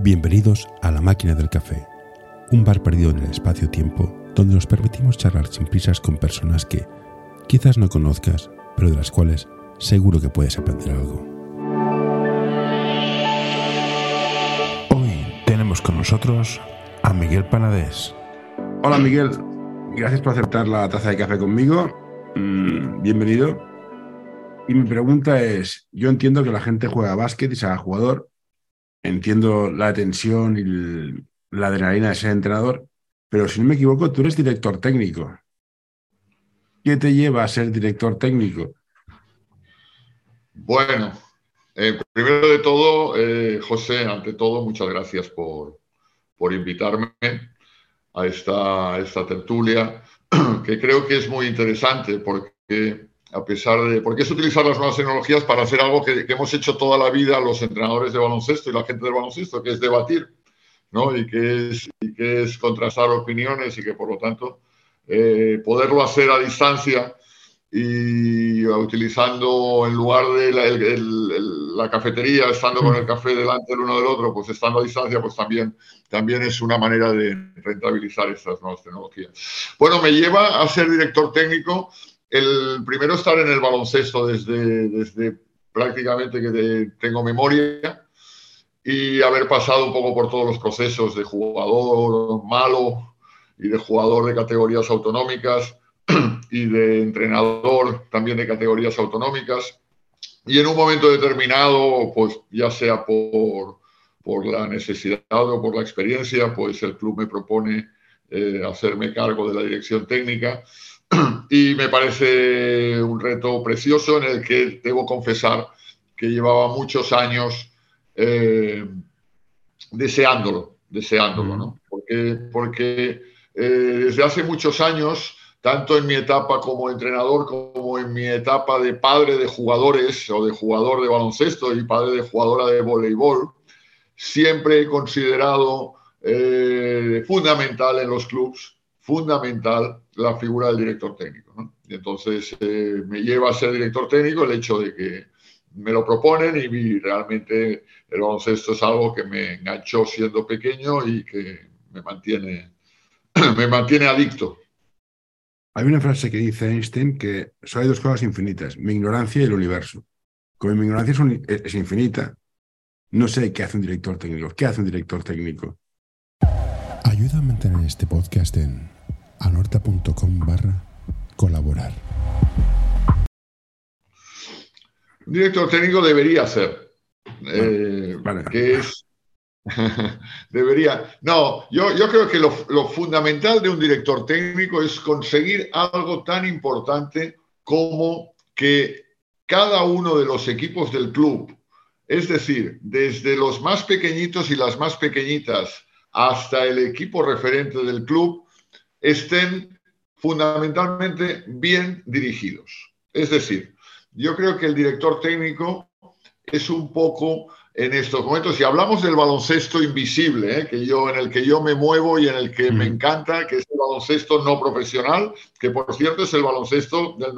Bienvenidos a La Máquina del Café, un bar perdido en el espacio-tiempo donde nos permitimos charlar sin prisas con personas que quizás no conozcas, pero de las cuales seguro que puedes aprender algo. Hoy tenemos con nosotros a Miguel Panadés. Hola Miguel, gracias por aceptar la taza de café conmigo. Bienvenido. Y mi pregunta es, yo entiendo que la gente juega básquet y se haga jugador, entiendo la tensión y la adrenalina de ser entrenador, pero si no me equivoco, tú eres director técnico. ¿Qué te lleva a ser director técnico? Bueno, primero de todo, José, ante todo, muchas gracias por invitarme a esta tertulia, que creo que es muy interesante porque porque es utilizar las nuevas tecnologías para hacer algo que hemos hecho toda la vida los entrenadores de baloncesto y la gente del baloncesto, que es debatir, ¿no? Y que es contrastar opiniones y que, por lo tanto, poderlo hacer a distancia y utilizando, en lugar de la cafetería, estando con el café delante el uno del otro, pues estando a distancia, pues también es una manera de rentabilizar estas nuevas tecnologías. Bueno, me lleva a ser director técnico el primero estar en el baloncesto desde prácticamente que tengo memoria y haber pasado un poco por todos los procesos de jugador malo y de jugador de categorías autonómicas y de entrenador también de categorías autonómicas. Y en un momento determinado, pues ya sea por la necesidad o por la experiencia, pues el club me propone hacerme cargo de la dirección técnica. Y me parece un reto precioso en el que debo confesar que llevaba muchos años deseándolo, ¿no? Porque desde hace muchos años, tanto en mi etapa como entrenador, como en mi etapa de padre de jugadores o de jugador de baloncesto y padre de jugadora de voleibol, siempre he considerado fundamental en los clubes, fundamental la figura del director técnico, ¿no? Y entonces me lleva a ser director técnico el hecho de que me lo proponen y realmente el baloncesto es algo que me enganchó siendo pequeño y que me mantiene adicto. Hay una frase que dice Einstein que solo hay dos cosas infinitas, mi ignorancia y el universo. Como mi ignorancia es infinita, no sé qué hace un director técnico. ¿Qué hace un director técnico? Ayuda a mantener este podcast en anorta.com/colaborar. Un director técnico debería ser. Vale. Que es... Debería. No, yo creo que lo fundamental de un director técnico es conseguir algo tan importante como que cada uno de los equipos del club, es decir, desde los más pequeñitos y las más pequeñitas hasta el equipo referente del club, estén fundamentalmente bien dirigidos. Es decir, yo creo que el director técnico es un poco en estos momentos, si hablamos del baloncesto invisible, en el que yo me muevo y en el que me encanta, que es el baloncesto no profesional, que por cierto es el baloncesto del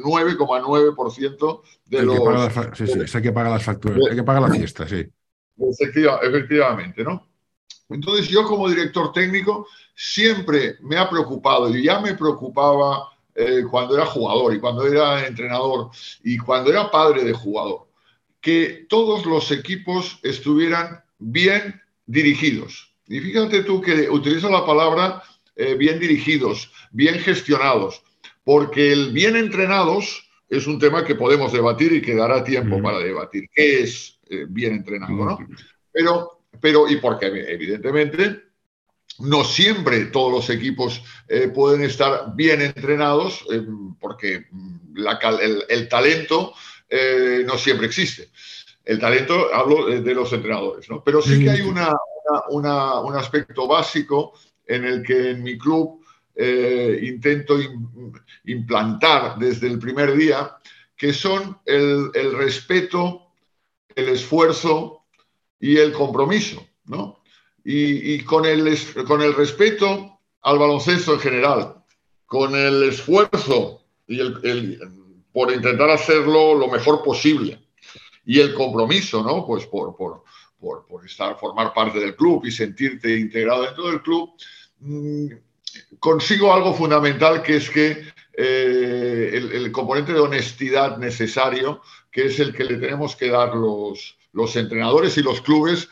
99,9% de el los... es el que paga las facturas, el que paga la fiesta, sí. Efectivamente, ¿no? Entonces yo como director técnico siempre me ha preocupado, y ya me preocupaba cuando era jugador y cuando era entrenador y cuando era padre de jugador, que todos los equipos estuvieran bien dirigidos. Y fíjate tú que utilizo la palabra bien dirigidos, bien gestionados, porque el bien entrenados es un tema que podemos debatir y que dará tiempo para debatir. ¿Qué es bien entrenado, no? Pero y porque evidentemente no siempre todos los equipos pueden estar bien entrenados porque el talento no siempre existe. El talento, hablo de los entrenadores, ¿no? Pero sí que hay un aspecto básico en el que en mi club intento implantar desde el primer día, que son el respeto, el esfuerzo y el compromiso, ¿no? Y con el respeto al baloncesto en general, con el esfuerzo y por intentar hacerlo lo mejor posible y el compromiso, ¿no? Pues por formar parte del club y sentirte integrado dentro del club, consigo algo fundamental, que es que el componente de honestidad necesario, que es el que le tenemos que dar los entrenadores y los clubes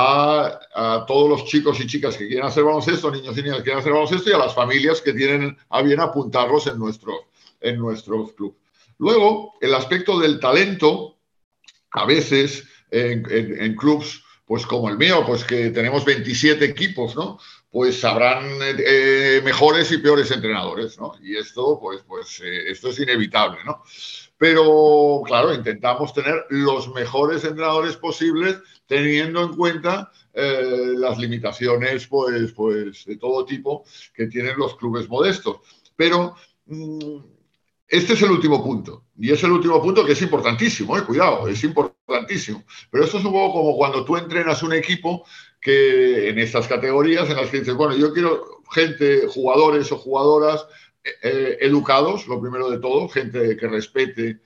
a todos los chicos y chicas que quieren hacer baloncesto, niños y niñas que quieren hacer baloncesto, y a las familias que tienen a bien apuntarlos en nuestros clubes. Luego, el aspecto del talento, a veces en clubs pues como el mío, pues que tenemos 27 equipos, ¿no? Pues habrán mejores y peores entrenadores, ¿no? Y esto, esto es inevitable, ¿no? Pero, claro, intentamos tener los mejores entrenadores posibles, teniendo en cuenta las limitaciones, pues, de todo tipo que tienen los clubes modestos. Pero este es el último punto. Y es el último punto que es importantísimo, cuidado, es importantísimo. Pero esto es un poco como cuando tú entrenas un equipo que en estas categorías en las que dices, bueno, yo quiero gente, jugadores o jugadoras educados, lo primero de todo, gente que respete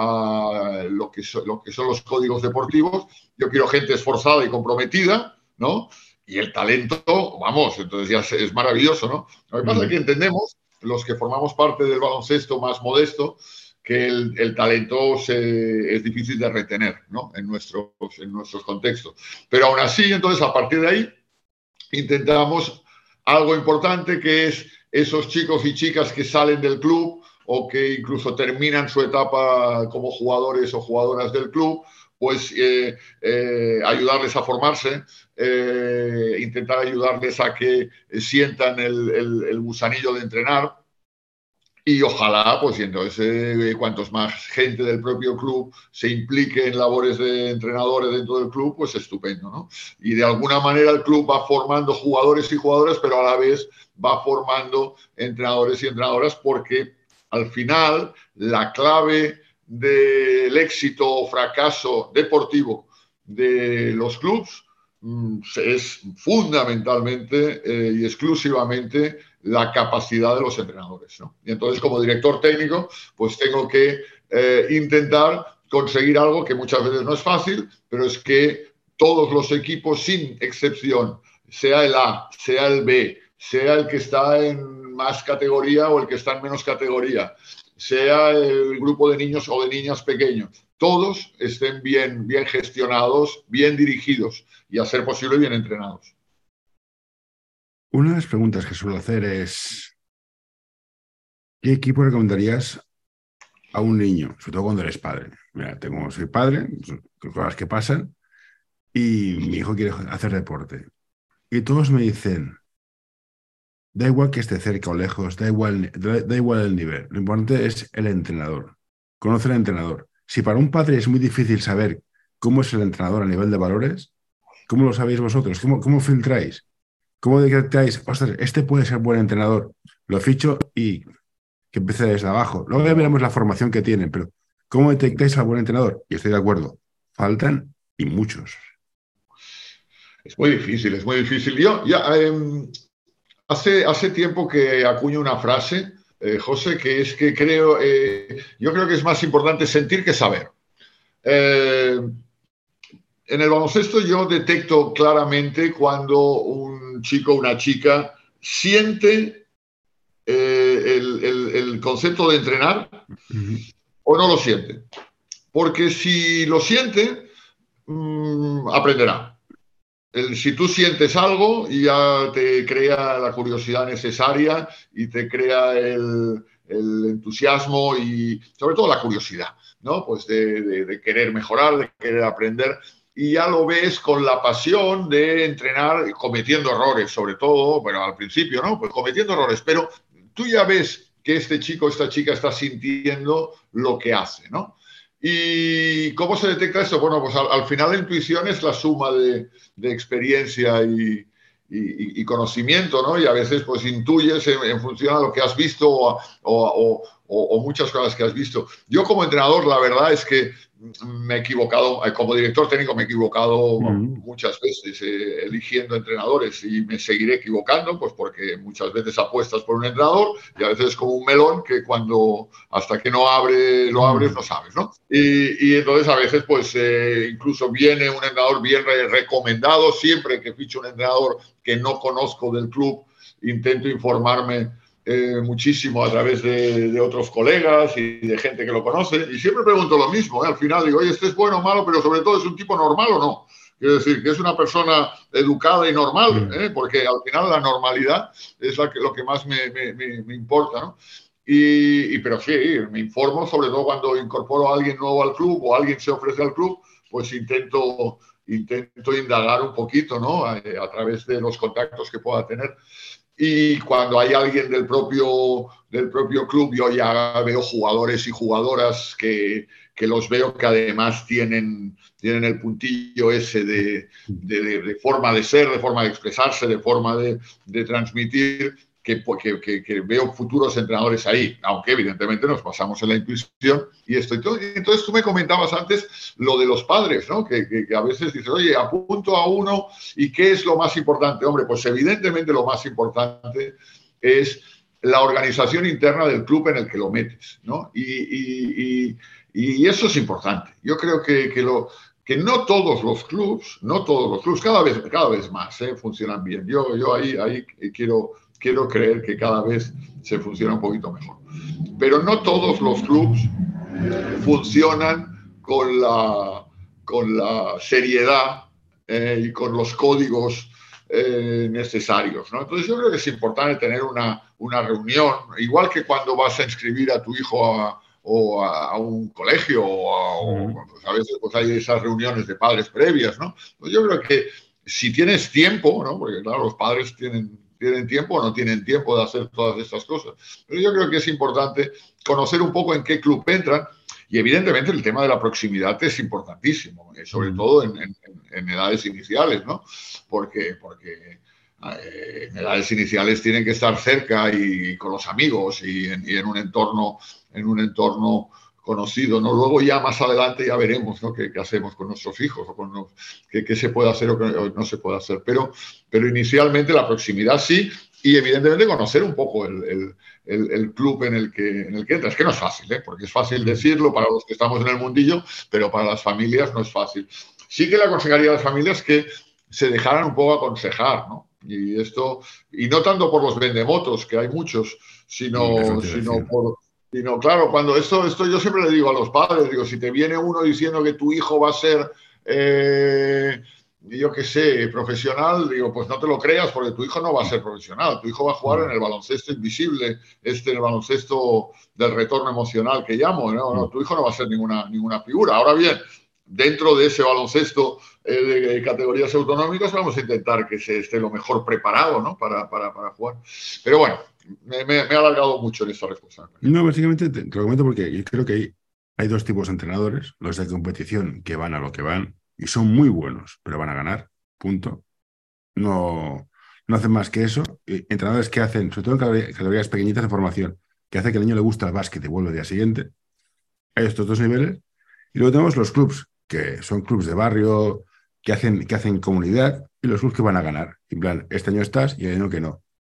lo que son los códigos deportivos. Yo quiero gente esforzada y comprometida, ¿no? Y el talento, vamos, entonces ya es maravilloso, ¿no? Lo que pasa es que entendemos, los que formamos parte del baloncesto más modesto, que el talento es difícil de retener, ¿no? En nuestros contextos. Pero aún así, entonces, a partir de ahí, intentamos algo importante, que es esos chicos y chicas que salen del club o que incluso terminan su etapa como jugadores o jugadoras del club, pues ayudarles a formarse, intentar ayudarles a que sientan el gusanillo de entrenar. Y ojalá, pues, y entonces, cuantos más gente del propio club se implique en labores de entrenadores dentro del club, pues estupendo, ¿no? Y de alguna manera el club va formando jugadores y jugadoras, pero a la vez va formando entrenadores y entrenadoras, porque al final la clave del éxito o fracaso deportivo de los clubes es fundamentalmente y exclusivamente la capacidad de los entrenadores, ¿no? Y entonces, como director técnico, pues tengo que intentar conseguir algo que muchas veces no es fácil, pero es que todos los equipos, sin excepción, sea el A, sea el B, sea el que está en más categoría o el que está en menos categoría, sea el grupo de niños o de niñas pequeños, todos estén bien gestionados, bien dirigidos y, a ser posible, bien entrenados. Una de las preguntas que suelo hacer es: ¿qué equipo recomendarías a un niño? Sobre todo cuando eres padre. Mira, soy padre, cosas que pasan, y mi hijo quiere hacer deporte. Y todos me dicen, da igual que esté cerca o lejos, da igual el nivel. Lo importante es el entrenador. Conoce al entrenador. Si para un padre es muy difícil saber cómo es el entrenador a nivel de valores, ¿cómo lo sabéis vosotros? ¿Cómo filtráis? ¿Cómo detectáis? Ostras, este puede ser buen entrenador, lo ficho y que empiece desde abajo? Luego ya veremos la formación que tienen, pero ¿cómo detectáis al buen entrenador? Y estoy de acuerdo, faltan y muchos. Es muy difícil, es muy difícil. Yo ya hace tiempo que acuño una frase, José, que es que yo creo que es más importante sentir que saber. En el baloncesto yo detecto claramente cuando un chico o una chica siente el concepto de entrenar o no lo siente. Porque si lo siente, aprenderá. Si tú sientes algo, ya te crea la curiosidad necesaria y te crea el entusiasmo y sobre todo la curiosidad, ¿no? Pues de querer mejorar, de querer aprender. Y ya lo ves con la pasión de entrenar, cometiendo errores, sobre todo, bueno, al principio, ¿no? Pues cometiendo errores, pero tú ya ves que este chico o esta chica está sintiendo lo que hace, ¿no? ¿Y cómo se detecta esto? Bueno, pues al final la intuición es la suma de experiencia y conocimiento, ¿no? Y a veces pues intuyes en función a lo que has visto o muchas cosas que has visto. Yo como entrenador, la verdad es que me he equivocado, como director técnico me he equivocado muchas veces eligiendo entrenadores y me seguiré equivocando, pues porque muchas veces apuestas por un entrenador y a veces es como un melón que hasta que no lo abres no sabes, ¿no? Y entonces a veces pues incluso viene un entrenador bien recomendado. Siempre que ficho un entrenador que no conozco del club, intento informarme muchísimo a través de otros colegas y de gente que lo conoce, y siempre pregunto lo mismo, al final digo, oye, ¿este es bueno o malo? Pero sobre todo, ¿es un tipo normal o no? Quiero decir, que es una persona educada y normal, porque al final la normalidad es lo que más me importa, ¿no? Pero sí, me informo, sobre todo cuando incorporo a alguien nuevo al club o alguien se ofrece al club, pues intento indagar un poquito, ¿no? A través de los contactos que pueda tener. Y cuando hay alguien del propio club, yo ya veo jugadores y jugadoras que los veo que además tienen el puntillo ese de forma de ser, de forma de expresarse, de forma de transmitir, que veo futuros entrenadores ahí, aunque evidentemente nos basamos en la intuición y esto y todo. Entonces tú me comentabas antes lo de los padres, ¿no? Que a veces dices, oye, apunto a uno, ¿y qué es lo más importante? Hombre, pues evidentemente lo más importante es la organización interna del club en el que lo metes, ¿no? Y eso es importante. Yo creo que no todos los clubs, cada vez más funcionan bien. Yo ahí quiero creer que cada vez se funciona un poquito mejor. Pero no todos los clubs funcionan con la seriedad y con los códigos necesarios, ¿no? Entonces yo creo que es importante tener una reunión, igual que cuando vas a inscribir a tu hijo a un colegio pues a veces pues hay esas reuniones de padres previas, ¿no? Pues yo creo que si tienes tiempo, ¿no? Porque claro, los padres tienen tiempo o no tienen tiempo de hacer todas estas cosas. Pero yo creo que es importante conocer un poco en qué club entran y evidentemente el tema de la proximidad es importantísimo, sobre todo en edades iniciales, ¿no? Porque en edades iniciales tienen que estar cerca y con los amigos y en un entorno conocido, ¿no? Luego ya más adelante ya veremos, ¿no? qué hacemos con nuestros hijos o qué se puede hacer o qué no se puede hacer. Pero inicialmente la proximidad sí, y evidentemente conocer un poco el club en el que entras, que no es fácil, porque es fácil decirlo para los que estamos en el mundillo, pero para las familias no es fácil. Sí que le aconsejaría a las familias que se dejaran un poco aconsejar, ¿no? Y no tanto por los vendemotos, que hay muchos, sino claro, cuando esto yo siempre le digo a los padres, digo, si te viene uno diciendo que tu hijo va a ser, yo qué sé, profesional, digo, pues no te lo creas porque tu hijo no va a ser profesional, tu hijo va a jugar en el baloncesto invisible, el baloncesto del retorno emocional que llamo, ¿no? Tu hijo no va a ser ninguna figura. Ahora bien, dentro de ese baloncesto de categorías autonómicas vamos a intentar que se esté lo mejor preparado, ¿no? para jugar. Pero bueno, me he alargado mucho en esta respuesta. No, básicamente te lo comento porque yo creo que hay dos tipos de entrenadores, los de competición que van a lo que van y son muy buenos, pero van a ganar, punto. No hacen más que eso. Entrenadores que hacen, sobre todo en categorías pequeñitas de formación, que hace que al niño le gusta el básquet y vuelve al día siguiente. Hay estos dos niveles. Y luego tenemos los clubs, que son clubs de barrio, que hacen comunidad, y los clubs que van a ganar. En plan, este año estás y el año que no.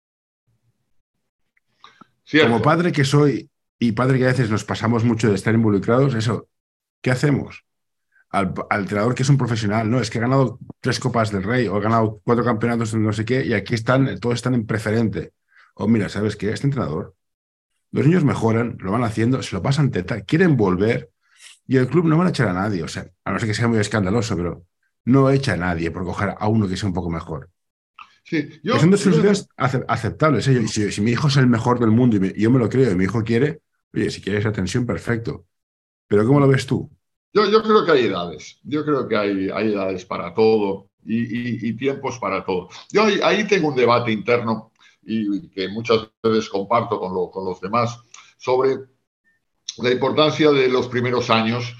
Cierto. Como padre que soy y padre que a veces nos pasamos mucho de estar involucrados, ¿qué hacemos? Al entrenador que es un profesional, no, es que ha ganado 3 Copas del Rey o ha ganado 4 campeonatos de no sé qué y aquí todos están en preferente. O mira, ¿sabes qué? Este entrenador, los niños mejoran, lo van haciendo, se lo pasan teta, quieren volver y el club no van a echar a nadie, o sea, a no ser que sea muy escandaloso, pero no echa a nadie por coger a uno que sea un poco mejor. Sí, son dos soluciones aceptables. Si mi hijo es el mejor del mundo y yo me lo creo y mi hijo quiere, oye, si quieres atención, perfecto. Pero ¿cómo lo ves tú? Yo creo que hay edades. Yo creo que hay edades para todo y tiempos para todo. Yo ahí tengo un debate interno y que muchas veces comparto con los demás sobre la importancia de los primeros años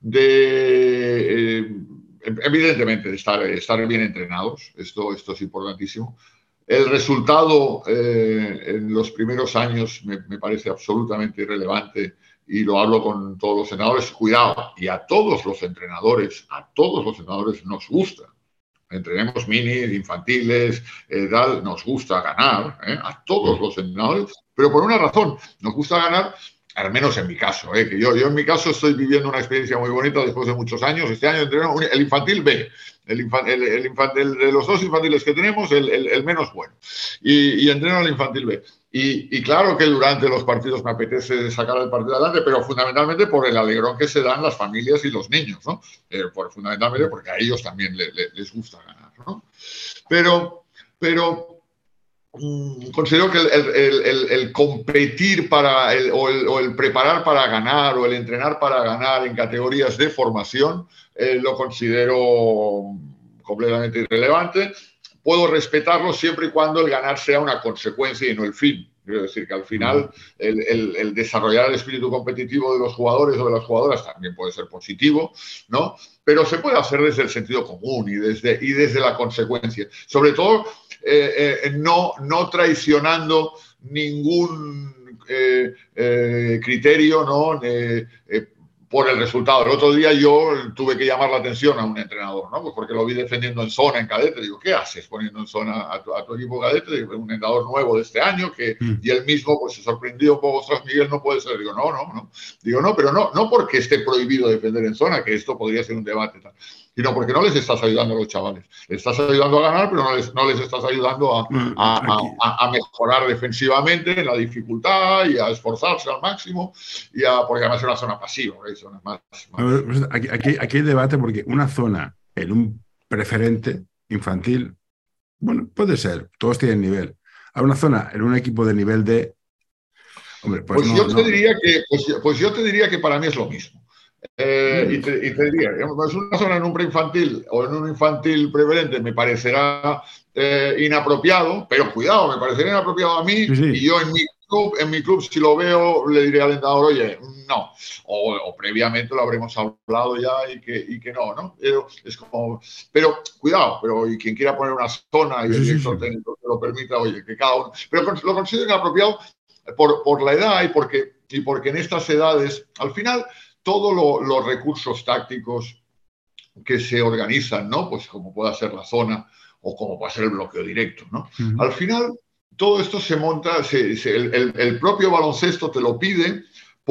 evidentemente de estar bien entrenados. Esto es importantísimo. El resultado en los primeros años me parece absolutamente irrelevante y lo hablo con todos los entrenadores, cuidado, y a todos los entrenadores nos gusta. Entrenemos minis, infantiles, tal, nos gusta ganar, a todos los entrenadores, pero por una razón, nos gusta ganar, al menos en mi caso, que yo en mi caso estoy viviendo una experiencia muy bonita después de muchos años. Este año entreno el infantil B, el de los dos infantiles que tenemos, el menos bueno, y entreno el infantil B. Y claro que durante los partidos me apetece sacar el partido adelante, pero fundamentalmente por el alegrón que se dan las familias y los niños, ¿no? Fundamentalmente porque a ellos también les gusta ganar, ¿no? Pero considero que el competir o el preparar para ganar o el entrenar para ganar en categorías de formación lo considero completamente irrelevante. Puedo respetarlo siempre y cuando el ganar sea una consecuencia y no el fin. Quiero decir que al final el desarrollar el espíritu competitivo de los jugadores o de las jugadoras también puede ser positivo, ¿no? Pero se puede hacer desde el sentido común y desde la consecuencia. Sobre todo, no traicionando ningún criterio, ¿no? Por el resultado. El otro día yo tuve que llamar la atención a un entrenador, ¿no? Pues porque lo vi defendiendo en zona, en cadete. Digo, ¿qué haces poniendo en zona a tu equipo cadete? Digo, un entrenador nuevo de este año y él mismo pues se sorprendió un poco. Ostras, Miguel, no puede ser. Digo, no. Digo, no, pero no porque esté prohibido defender en zona, que esto podría ser un debate, tal, sino porque no les estás ayudando a los chavales. Les estás ayudando a ganar, pero no les estás ayudando a mejorar defensivamente en la dificultad y a esforzarse al máximo, porque además es una zona pasiva, ¿veis? Aquí hay debate porque una zona en un preferente infantil, bueno, puede ser, todos tienen nivel. A una zona en un equipo de nivel D, hombre, yo te diría que para mí es lo mismo. Y te diría, es una zona en un preinfantil o en un infantil preferente me parecerá inapropiado, pero cuidado, me parecería inapropiado a mí, sí. Y yo en mi club, si lo veo, le diré al entrenador, oye, no. O previamente lo habremos hablado ya y que no. Pero cuidado, y quien quiera poner una zona y el director técnico que lo permita, oye, que cada uno. Pero lo considero inapropiado por la edad y porque en estas edades, al final, todos los recursos tácticos que se organizan, ¿no? Pues como pueda ser la zona o como pueda ser el bloqueo directo, ¿no? Uh-huh. Al final, todo esto se monta, el propio baloncesto te lo pide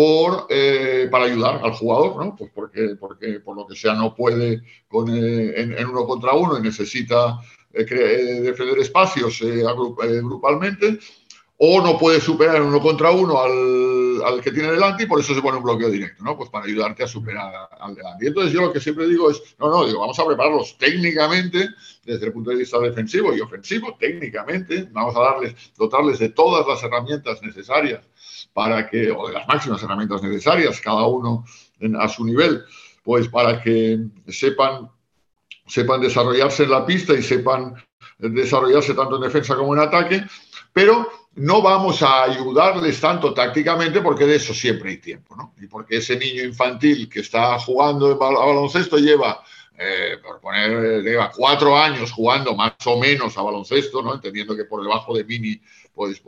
para ayudar al jugador, ¿no? Pues porque por lo que sea no puede en uno contra uno y necesita defender espacios grupalmente, o no puede superar en uno contra uno al que tiene delante y por eso se pone un bloqueo directo, ¿no? Pues para ayudarte a superar al delante. Y entonces yo lo que siempre digo es, vamos a prepararlos técnicamente desde el punto de vista defensivo y ofensivo, técnicamente, vamos a dotarles de todas las herramientas necesarias o de las máximas herramientas necesarias, cada uno a su nivel, pues para que sepan desarrollarse en la pista y sepan desarrollarse tanto en defensa como en ataque, pero no vamos a ayudarles tanto tácticamente porque de eso siempre hay tiempo, ¿no? Y porque ese niño infantil que está jugando a baloncesto lleva 4 años jugando más o menos a baloncesto, ¿no? Entendiendo que por debajo de mini pues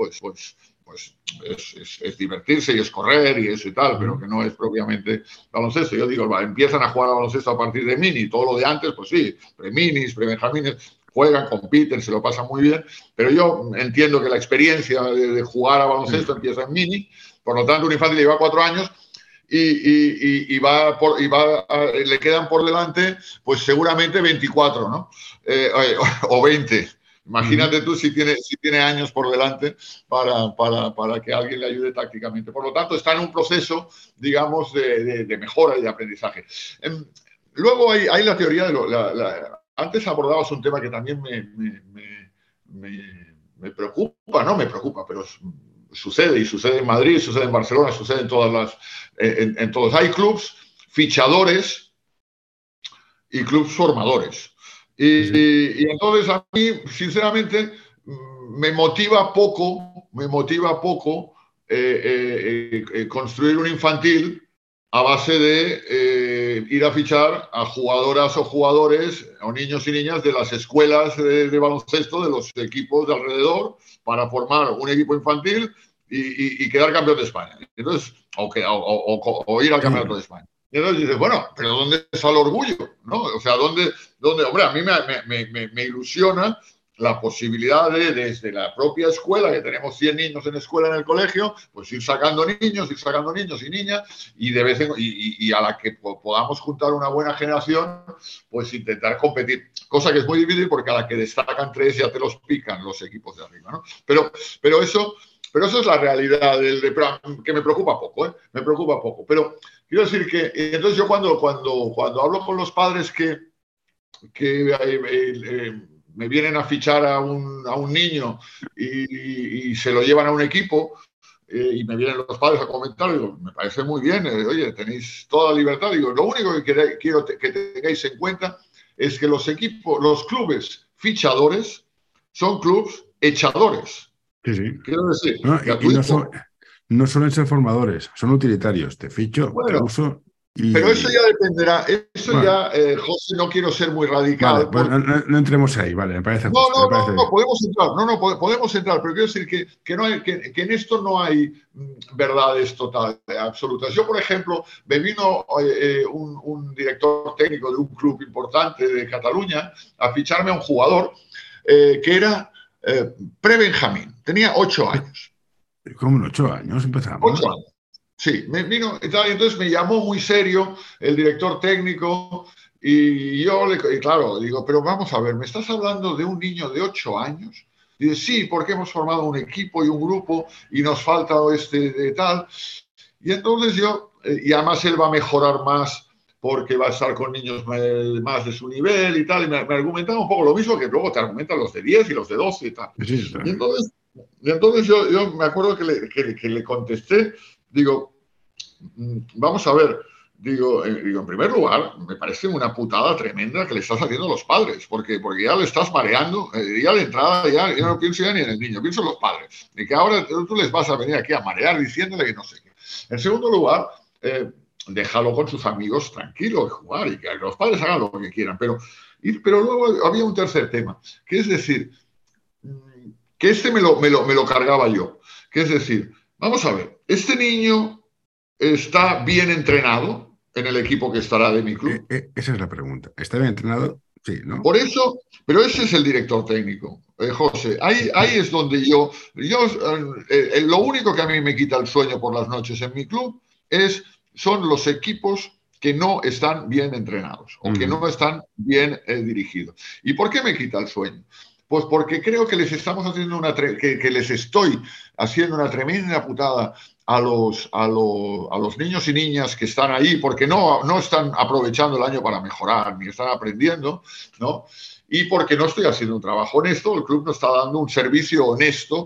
es divertirse y es correr y eso y tal, pero que no es propiamente baloncesto. Yo digo, empiezan a jugar a baloncesto a partir de mini, todo lo de antes, pues sí, pre-minis, pre-benjamines, juegan, compiten, se lo pasan muy bien, pero yo entiendo que la experiencia de jugar a baloncesto empieza en mini, por lo tanto un infantil lleva 4 años y le quedan por delante pues seguramente 24, ¿no? O 20. Imagínate tú si tiene años por delante para que alguien le ayude tácticamente. Por lo tanto, está en un proceso, digamos, de mejora y de aprendizaje. Luego hay la teoría de antes abordabas un tema que también me preocupa, no me preocupa, pero sucede en Madrid, sucede en Barcelona, sucede en todos. Hay clubs fichadores y clubs formadores. Y entonces a mí, sinceramente, me motiva poco construir un infantil a base de ir a fichar a jugadoras o jugadores o niños y niñas de las escuelas de baloncesto de los equipos de alrededor para formar un equipo infantil y quedar campeón de España. Entonces, o ir al campeonato de España. Y entonces dices, bueno, pero ¿dónde está el orgullo? ¿No? O sea, ¿dónde? Hombre, a mí me ilusiona la posibilidad de, desde la propia escuela, que tenemos 100 niños en escuela en el colegio, pues ir sacando niños y niñas, y de vez en, y a la que podamos juntar una buena generación, pues intentar competir. Cosa que es muy difícil porque a la que destacan 3 ya te los pican los equipos de arriba, ¿no? Pero eso es la realidad, que me preocupa poco, ¿eh? Me preocupa poco. Pero quiero decir que, entonces yo cuando hablo con los padres que me vienen a fichar a un niño y se lo llevan a un equipo, y me vienen los padres a comentar, digo, me parece muy bien, oye, tenéis toda la libertad. Digo, lo único que quiero que tengáis en cuenta es que los clubes fichadores son clubes echadores. Sí, sí. Quiero decir, no suelen ser formadores, son utilitarios. Te ficho, bueno, te uso. Pero eso ya dependerá. José, no quiero ser muy radical. Vale, pues no entremos ahí, vale, me parece justo. Podemos entrar, pero quiero decir que en esto no hay verdades totales, absolutas. Yo, por ejemplo, me vino un director técnico de un club importante de Cataluña a ficharme a un jugador que era pre-Benjamín, tenía 8 años. ¿Cómo en 8 años empezamos? 8 años. Sí, me vino y tal, y entonces me llamó muy serio el director técnico y yo claro, digo, pero vamos a ver, ¿me estás hablando de un niño de 8 años? Dice, sí, porque hemos formado un equipo y un grupo y nos falta de tal. Y entonces y además él va a mejorar más porque va a estar con niños más de su nivel y tal, y me argumentaba un poco lo mismo que luego te argumentan los de 10 y los de 12 y tal. Sí, y entonces yo me acuerdo que le contesté. Digo, vamos a ver, digo, en primer lugar, me parece una putada tremenda que le estás haciendo a los padres, porque ya le estás mareando, ya de entrada, yo no pienso ya ni en el niño, pienso en los padres, y que ahora tú les vas a venir aquí a marear diciéndole que no sé qué. En segundo lugar, déjalo con sus amigos tranquilo de jugar y que los padres hagan lo que quieran, pero luego había un tercer tema, que es decir, que me lo cargaba yo, que es decir, vamos a ver, este niño está bien entrenado en el equipo que estará de mi club. Esa es la pregunta. ¿Está bien entrenado? Sí, ¿no? Por eso, pero ese es el director técnico, José. Ahí es donde lo único que a mí me quita el sueño por las noches en mi club son los equipos que no están bien entrenados o que no están bien dirigidos. ¿Y por qué me quita el sueño? Pues porque creo que les estamos haciendo que les estoy haciendo una tremenda putada a los niños y niñas que están ahí, porque no están aprovechando el año para mejorar, ni están aprendiendo, ¿no? Y porque no estoy haciendo un trabajo honesto, el club no está dando un servicio honesto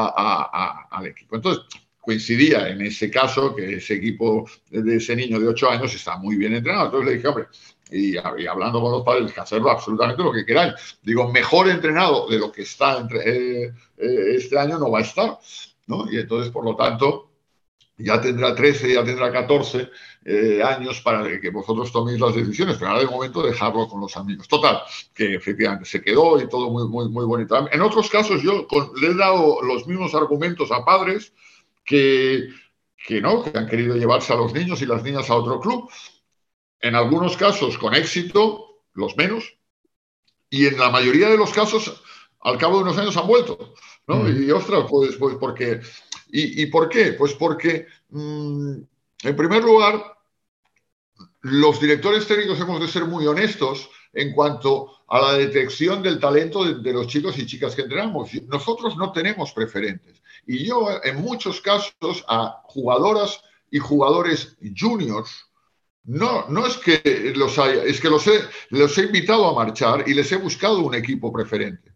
al equipo. Entonces, coincidía en ese caso que ese equipo de ese niño de 8 años está muy bien entrenado. Entonces le dije, hombre, y hablando con los padres, que hacerlo absolutamente lo que queráis. Digo, mejor entrenado de lo que está este año no va a estar, ¿no? Y entonces, por lo tanto, ya tendrá 13, ya tendrá 14 años para que vosotros toméis las decisiones, pero ahora de momento dejarlo con los amigos. Total, que efectivamente se quedó y todo muy, muy, muy bonito. En otros casos yo le he dado los mismos argumentos a padres que han querido llevarse a los niños y las niñas a otro club. En algunos casos con éxito, los menos, y en la mayoría de los casos, al cabo de unos años han vuelto, ¿no? Y ostras, pues porque... ¿Y por qué? Pues porque, en primer lugar, los directores técnicos hemos de ser muy honestos en cuanto a la detección del talento de los chicos y chicas que entrenamos. Nosotros no tenemos preferentes. Y yo, en muchos casos, a jugadoras y jugadores juniors, no es que los haya, es que los he invitado a marchar y les he buscado un equipo preferente.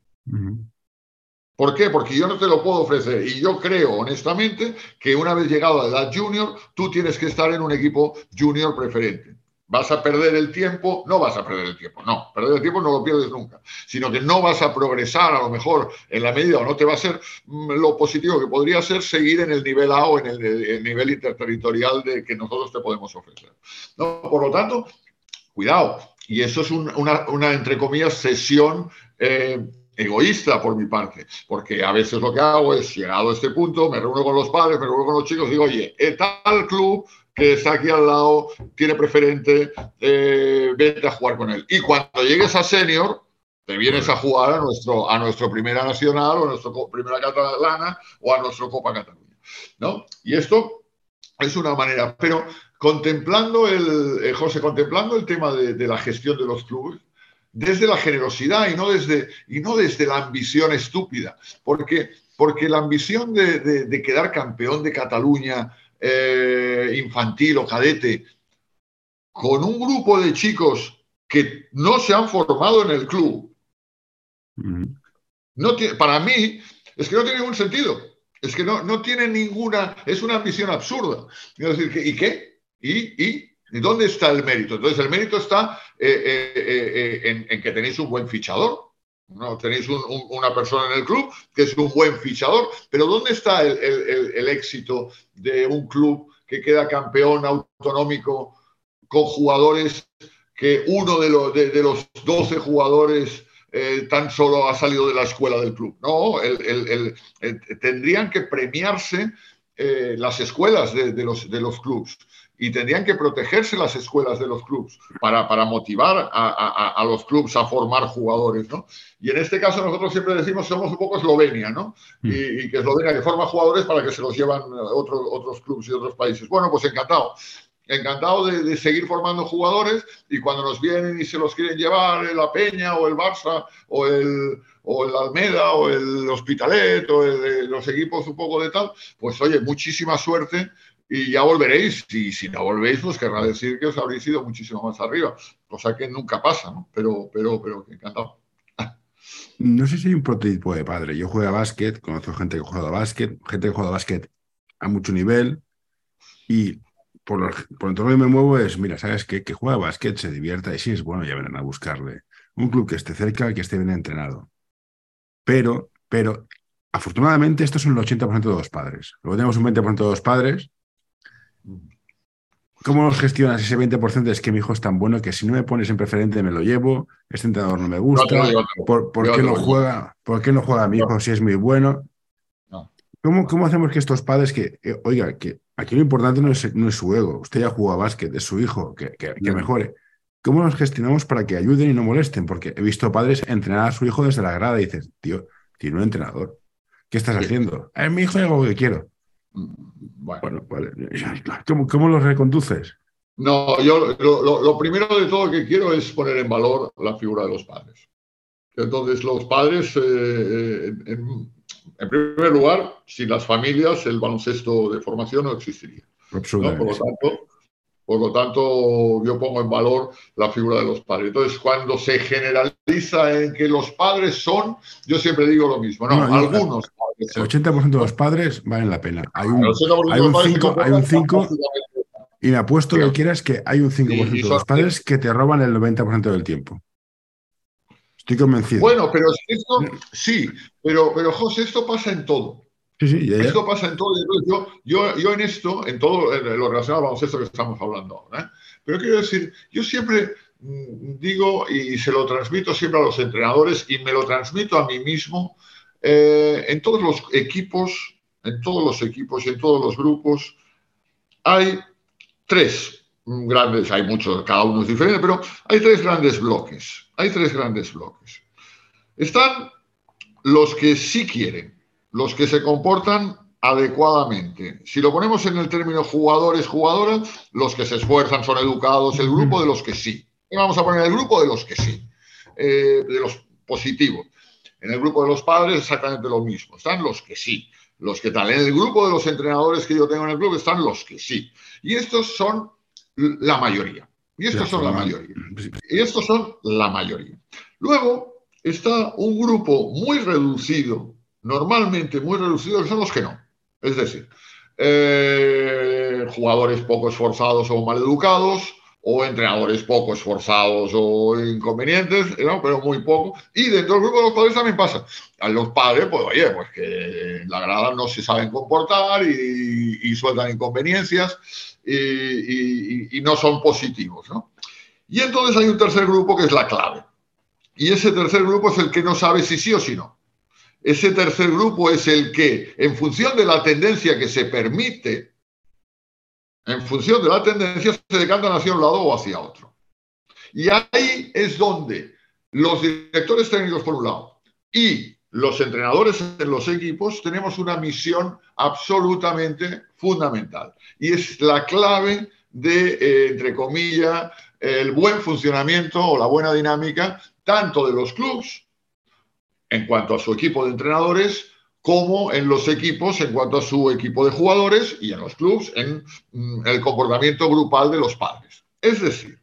¿Por qué? Porque yo no te lo puedo ofrecer. Y yo creo, honestamente, que una vez llegado a la edad junior, tú tienes que estar en un equipo junior preferente. ¿Vas a perder el tiempo? No vas a perder el tiempo. No, perder el tiempo no lo pierdes nunca. Sino que no vas a progresar, a lo mejor, en la medida, o no te va a ser lo positivo que podría ser seguir en el nivel A o en el nivel interterritorial que nosotros te podemos ofrecer. ¿No? Por lo tanto, cuidado. Y eso es una entre comillas, cesión egoísta por mi parte, porque a veces lo que hago es, llegado a este punto, me reúno con los padres, me reúno con los chicos, digo, oye, tal club que está aquí al lado tiene preferente, vete a jugar con él. Y cuando llegues a senior, te vienes a jugar a nuestro Primera Nacional o a nuestro Primera Catalana o a nuestro Copa Cataluña, ¿no? Y esto es una manera, pero contemplando José, contemplando el tema de la gestión de los clubes, desde la generosidad y no desde la ambición estúpida, porque la ambición de quedar campeón de Cataluña infantil o cadete con un grupo de chicos que no se han formado en el club, para mí es que no tiene ningún sentido. Es que no tiene ninguna... Es una ambición absurda. Es decir, ¿y qué? ¿Y dónde está el mérito? Entonces, el mérito está en que tenéis un buen fichador. ¿No? Tenéis una persona en el club que es un buen fichador, pero ¿dónde está el éxito de un club que queda campeón autonómico con jugadores que uno de los 12 jugadores tan solo ha salido de la escuela del club? No, tendrían que premiarse las escuelas de los clubes. Y tendrían que protegerse las escuelas de los clubes para motivar a los clubes a formar jugadores, ¿no? Y en este caso nosotros siempre decimos somos un poco Eslovenia, ¿no? Y que Eslovenia que forma jugadores para que se los llevan otros clubes y otros países. Bueno, pues encantado. Encantado de seguir formando jugadores, y cuando nos vienen y se los quieren llevar la Peña o el Barça o el Almeda o el Hospitalet o los equipos un poco de tal, pues oye, muchísima suerte. Y ya volveréis, y si no volvéis, pues querrá decir que os habréis ido muchísimo más arriba, cosa que nunca pasa, ¿no? Pero encantado. No sé si hay un prototipo de padre. Yo juego a básquet, conozco gente que juega a básquet, gente que juega a básquet a mucho nivel, y por el entorno que me muevo es, mira, ¿sabes qué? Que juega a básquet, se divierta, y si es bueno, ya vendrán a buscarle. Un club que esté cerca, que esté bien entrenado. Pero, afortunadamente, estos son el 80% de los padres. Luego tenemos un 20% de los padres. ¿Cómo los gestionas ese 20%? Es que mi hijo es tan bueno que si no me pones en preferente me lo llevo, este entrenador no me gusta, ¿por qué no juega? ¿Por qué no juega mi hijo si es muy bueno? ¿Cómo hacemos que estos padres oiga, que aquí lo importante no es su ego, usted ya jugó a básquet, es su hijo, que mejore? ¿Cómo los gestionamos para que ayuden y no molesten? Porque he visto padres entrenar a su hijo desde la grada y dices, tío, tiene un entrenador, ¿qué estás haciendo? Mi hijo hago lo que quiero. Bueno, vale. ¿Cómo los reconduces? No, yo lo primero de todo que quiero es poner en valor la figura de los padres. Entonces, los padres, en primer lugar, sin las familias, el baloncesto de formación no existiría, ¿no? Por lo tanto, yo pongo en valor la figura de los padres. Entonces, cuando se generaliza en que los padres son, yo siempre digo lo mismo. No, algunos. El 80% de los padres valen la pena. Hay un 5, y me apuesto lo que quieras que hay un 5% de los padres que te roban el 90% del tiempo. Estoy convencido. Bueno, pero esto sí, pero José, esto pasa en todo. Sí, ya. Esto pasa en todo. Yo en esto, en todo lo relacionado al baloncesto que estamos hablando ahora, ¿eh? Pero quiero decir, yo siempre digo y se lo transmito siempre a los entrenadores y me lo transmito a mí mismo. En todos los equipos y en todos los grupos hay tres grandes, hay muchos, cada uno es diferente, pero hay tres grandes bloques. Están los que sí quieren, los que se comportan adecuadamente. Si lo ponemos en el término jugadores, jugadoras, los que se esfuerzan, son educados, el grupo de los que sí. Y vamos a poner el grupo de los que sí, de los positivos. En el grupo de los padres exactamente lo mismo. Están los que sí, los que tal. En el grupo de los entrenadores que yo tengo en el club están los que sí. Y estos son la mayoría. Y estos son la mayoría. Luego está un grupo muy reducido, normalmente muy reducido, que son los que no. Es decir, jugadores poco esforzados o maleducados, o entrenadores poco esforzados o inconvenientes, ¿no? Pero muy poco. Y dentro del grupo de los padres también pasa. A los padres, pues oye, pues que en la grada no se saben comportar y sueltan inconveniencias y no son positivos, ¿no? Y entonces hay un tercer grupo que es la clave. Y ese tercer grupo es el que no sabe si sí o si no. Ese tercer grupo es el que, en función de la tendencia que se permite, en función de la tendencia, se decantan hacia un lado o hacia otro. Y ahí es donde los directores técnicos, por un lado, y los entrenadores en los equipos tenemos una misión absolutamente fundamental. Y es la clave de, entre comillas, el buen funcionamiento o la buena dinámica tanto de los clubes en cuanto a su equipo de entrenadores como en los equipos en cuanto a su equipo de jugadores y en los clubes en el comportamiento grupal de los padres. Es decir,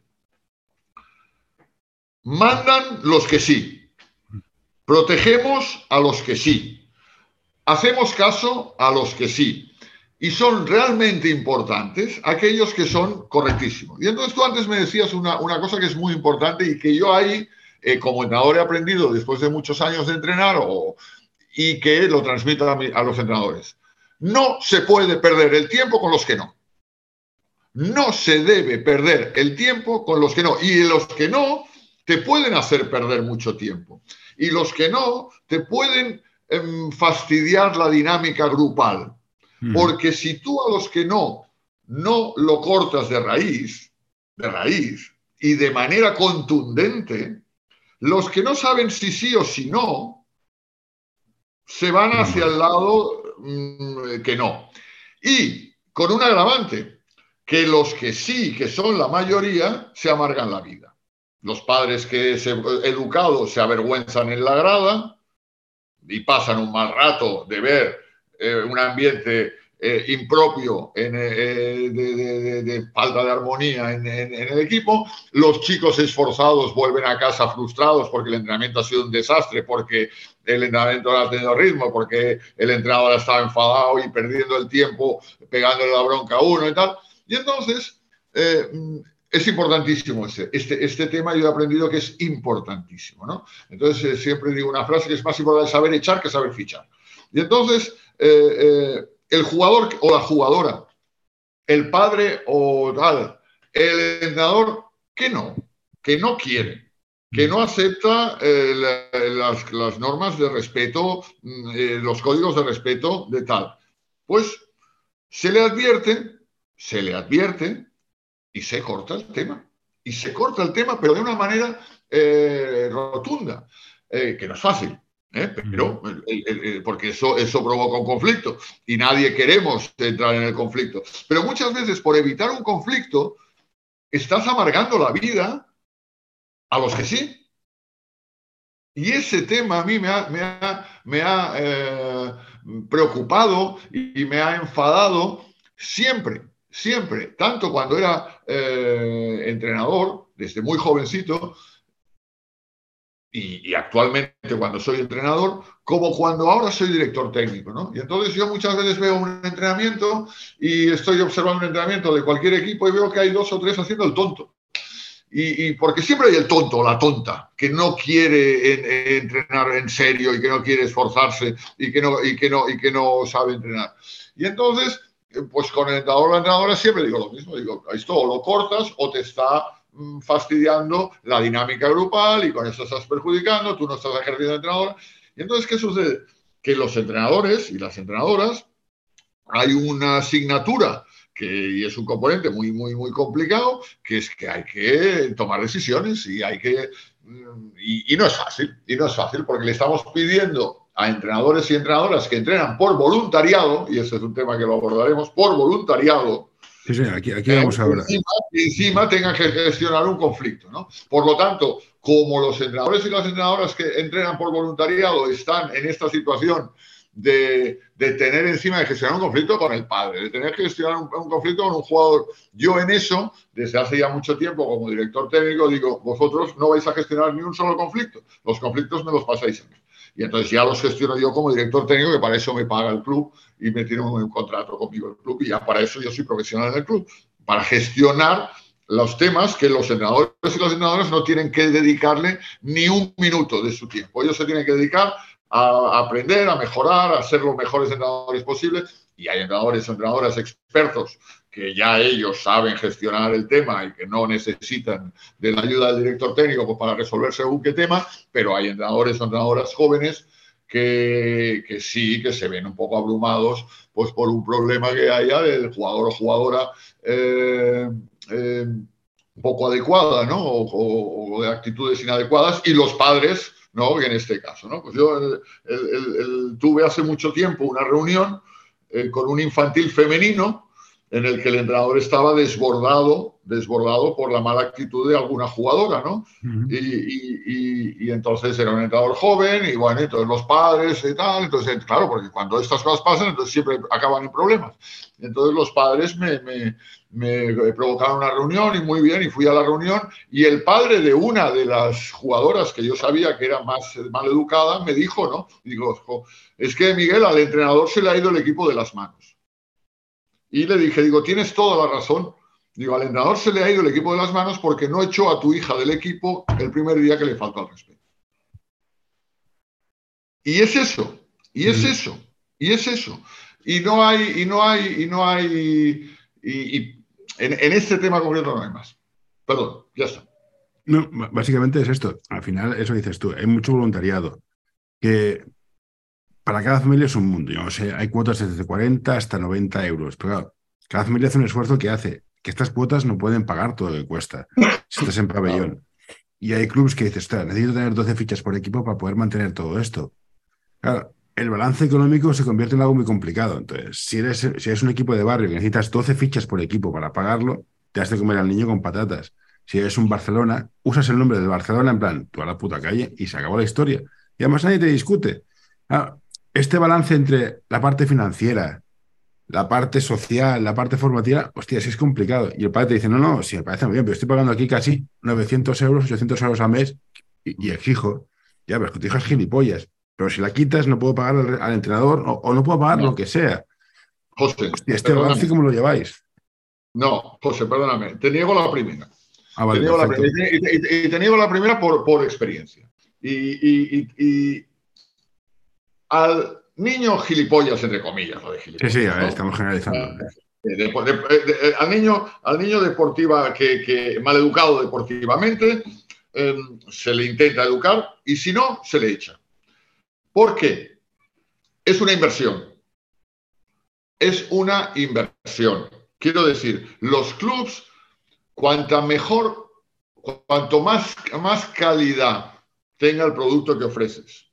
mandan los que sí, protegemos a los que sí, hacemos caso a los que sí. Y son realmente importantes aquellos que son correctísimos. Y entonces tú antes me decías una cosa que es muy importante y que yo ahí, como entrenador, he aprendido después de muchos años de entrenar y que lo transmito a los entrenadores. No se puede perder el tiempo con los que no. No se debe perder el tiempo con los que no. Y los que no te pueden hacer perder mucho tiempo. Y los que no te pueden fastidiar la dinámica grupal. Porque si tú a los que no lo cortas de raíz, y de manera contundente, los que no saben si sí o si no, se van hacia el lado que no. Y con un agravante, que los que sí, que son la mayoría, se amargan la vida. Los padres educados se avergüenzan en la grada y pasan un mal rato de ver un ambiente impropio de falta de armonía en el equipo. Los chicos esforzados vuelven a casa frustrados porque el entrenamiento ha sido un desastre, porque el entrenamiento no ha tenido ritmo, porque el entrenador estaba enfadado y perdiendo el tiempo, pegándole la bronca a uno y tal. Y entonces es importantísimo este tema. Yo he aprendido que es importantísimo, ¿no? Entonces siempre digo una frase que es más importante saber echar que saber fichar. Y entonces el jugador o la jugadora, el padre o tal, el entrenador que no quiere, que no acepta las normas de respeto, los códigos de respeto de tal, pues se le advierte y se corta el tema. Y se corta el tema, pero de una manera rotunda, que no es fácil. Pero porque eso provoca un conflicto y nadie queremos entrar en el conflicto. Pero muchas veces, por evitar un conflicto, estás amargando la vida a los que sí. Y ese tema a mí me ha preocupado y me ha enfadado siempre, tanto cuando era entrenador, desde muy jovencito, y actualmente cuando soy entrenador, como cuando ahora soy director técnico, ¿no? Y entonces yo muchas veces veo un entrenamiento y estoy observando un entrenamiento de cualquier equipo y veo que hay 2 o 3 haciendo el tonto. Y porque siempre hay el tonto o la tonta que no quiere entrenar en serio y que no quiere esforzarse y que no sabe entrenar. Y entonces, pues con el entrenador o la entrenadora siempre digo lo mismo. Digo, esto o lo cortas o te está fastidiando la dinámica grupal y con eso estás perjudicando, tú no estás ejerciendo de entrenador. Y entonces, ¿qué sucede? Que los entrenadores y las entrenadoras hay una asignatura y es un componente muy, muy, muy complicado, que es que hay que tomar decisiones y no es fácil, porque le estamos pidiendo a entrenadores y entrenadoras que entrenan por voluntariado, y ese es un tema que lo abordaremos, por voluntariado. Sí, aquí vamos a hablar. Encima tengan que gestionar un conflicto, ¿no? Por lo tanto, como los entrenadores y las entrenadoras que entrenan por voluntariado están en esta situación de tener encima de gestionar un conflicto con el padre, de tener que gestionar un conflicto con un jugador. Yo en eso, desde hace ya mucho tiempo como director técnico, digo, vosotros no vais a gestionar ni un solo conflicto, los conflictos me los pasáis a mí. Y entonces ya los gestiono yo como director técnico, que para eso me paga el club y me tiene un contrato conmigo el club, y ya para eso yo soy profesional en el club, para gestionar los temas que los entrenadores y las entrenadoras no tienen que dedicarle ni un minuto de su tiempo. Ellos se tienen que dedicar a aprender, a mejorar, a ser los mejores entrenadores posibles. Y hay entrenadores o entrenadoras expertos que ya ellos saben gestionar el tema y que no necesitan de la ayuda del director técnico pues, para resolver según qué tema, pero hay entrenadores o entrenadoras jóvenes que sí, que se ven un poco abrumados pues, por un problema que haya del jugador o jugadora un poco adecuada, ¿no? O de actitudes inadecuadas, y los padres, ¿no? En este caso, ¿no? Pues yo tuve hace mucho tiempo una reunión con un infantil femenino en el que el entrenador estaba desbordado por la mala actitud de alguna jugadora, ¿no? Y entonces era un entrenador joven y bueno, entonces los padres y tal, entonces claro, porque cuando estas cosas pasan, entonces siempre acaban en problemas. Entonces los padres me provocaron una reunión y muy bien, y fui a la reunión y el padre de una de las jugadoras que yo sabía que era más mal educada me dijo, ¿no? Y digo, es que Miguel, al entrenador se le ha ido el equipo de las manos. Y le dije, digo, tienes toda la razón. Digo, al entrenador se le ha ido el equipo de las manos porque no echó a tu hija del equipo el primer día que le faltó al respeto. Y es eso, y es eso, y es eso. Y en este tema concreto no hay más. Perdón, ya está. No, básicamente es esto. Al final, eso dices tú, hay mucho voluntariado. Que para cada familia es un mundo. Yo no sé, hay cuotas desde 40 hasta 90 euros. Pero claro, cada familia hace un esfuerzo que hace que estas cuotas no pueden pagar todo lo que cuesta si estás en pabellón. Claro. Y hay clubes que dices, necesito tener 12 fichas por equipo para poder mantener todo esto. Claro, el balance económico se convierte en algo muy complicado. Entonces, si eres un equipo de barrio que necesitas 12 fichas por equipo para pagarlo, te has de comer al niño con patatas. Si eres un Barcelona, usas el nombre del Barcelona en plan, tú a la puta calle y se acabó la historia. Y además nadie te discute. Claro, este balance entre la parte financiera, la parte social, la parte formativa, hostia, sí es complicado. Y el padre te dice, no, sí, me parece muy bien, pero estoy pagando aquí casi 900 euros, 800 euros al mes y exijo. Ya, pero es que tu hija es gilipollas. Pero si la quitas, no puedo pagar al entrenador o no puedo pagar lo que sea. José, hostia, este balance, ¿cómo lo lleváis? No, José, perdóname, te niego la primera. Ah, vale, y te niego la primera por experiencia. Y al niño gilipollas, entre comillas, lo de gilipollas. Sí, a ver, ¿no? Estamos generalizando. Al niño deportiva que maleducado deportivamente se le intenta educar y si no, se le echa. ¿Por qué? Es una inversión. Es una inversión. Quiero decir, los clubs, cuanto más calidad tenga el producto que ofreces,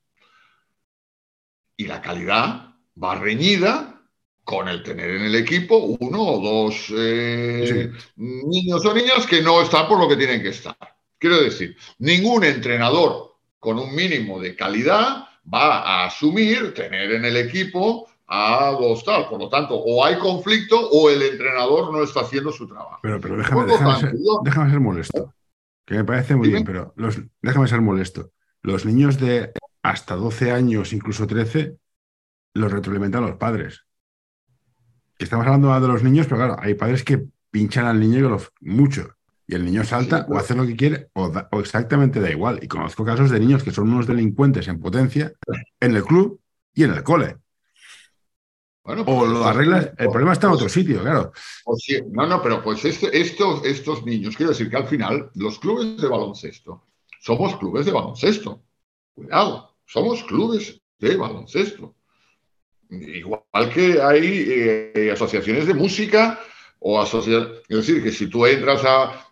y la calidad va reñida con el tener en el equipo uno o dos niños o niñas que no están por lo que tienen que estar. Quiero decir, ningún entrenador con un mínimo de calidad va a asumir tener en el equipo a dos tal. Por lo tanto, o hay conflicto o el entrenador no está haciendo su trabajo. Pero déjame ser molesto, que me parece muy bien, pero déjame ser molesto. Los niños de hasta 12 años, incluso 13, los retroalimentan los padres. Que estamos hablando de los niños, pero claro, hay padres que pinchan al niño mucho. Y el niño salta o hace lo que quiere o exactamente da igual. Y conozco casos de niños que son unos delincuentes en potencia en el club y en el cole. Bueno, pues o lo arreglas, el problema está en otro sitio, claro. Pero pues estos niños, quiero decir que al final los clubes de baloncesto somos clubes de baloncesto. Cuidado, somos clubes de baloncesto. Igual que hay asociaciones de música o asociaciones. Es decir, que si tú entras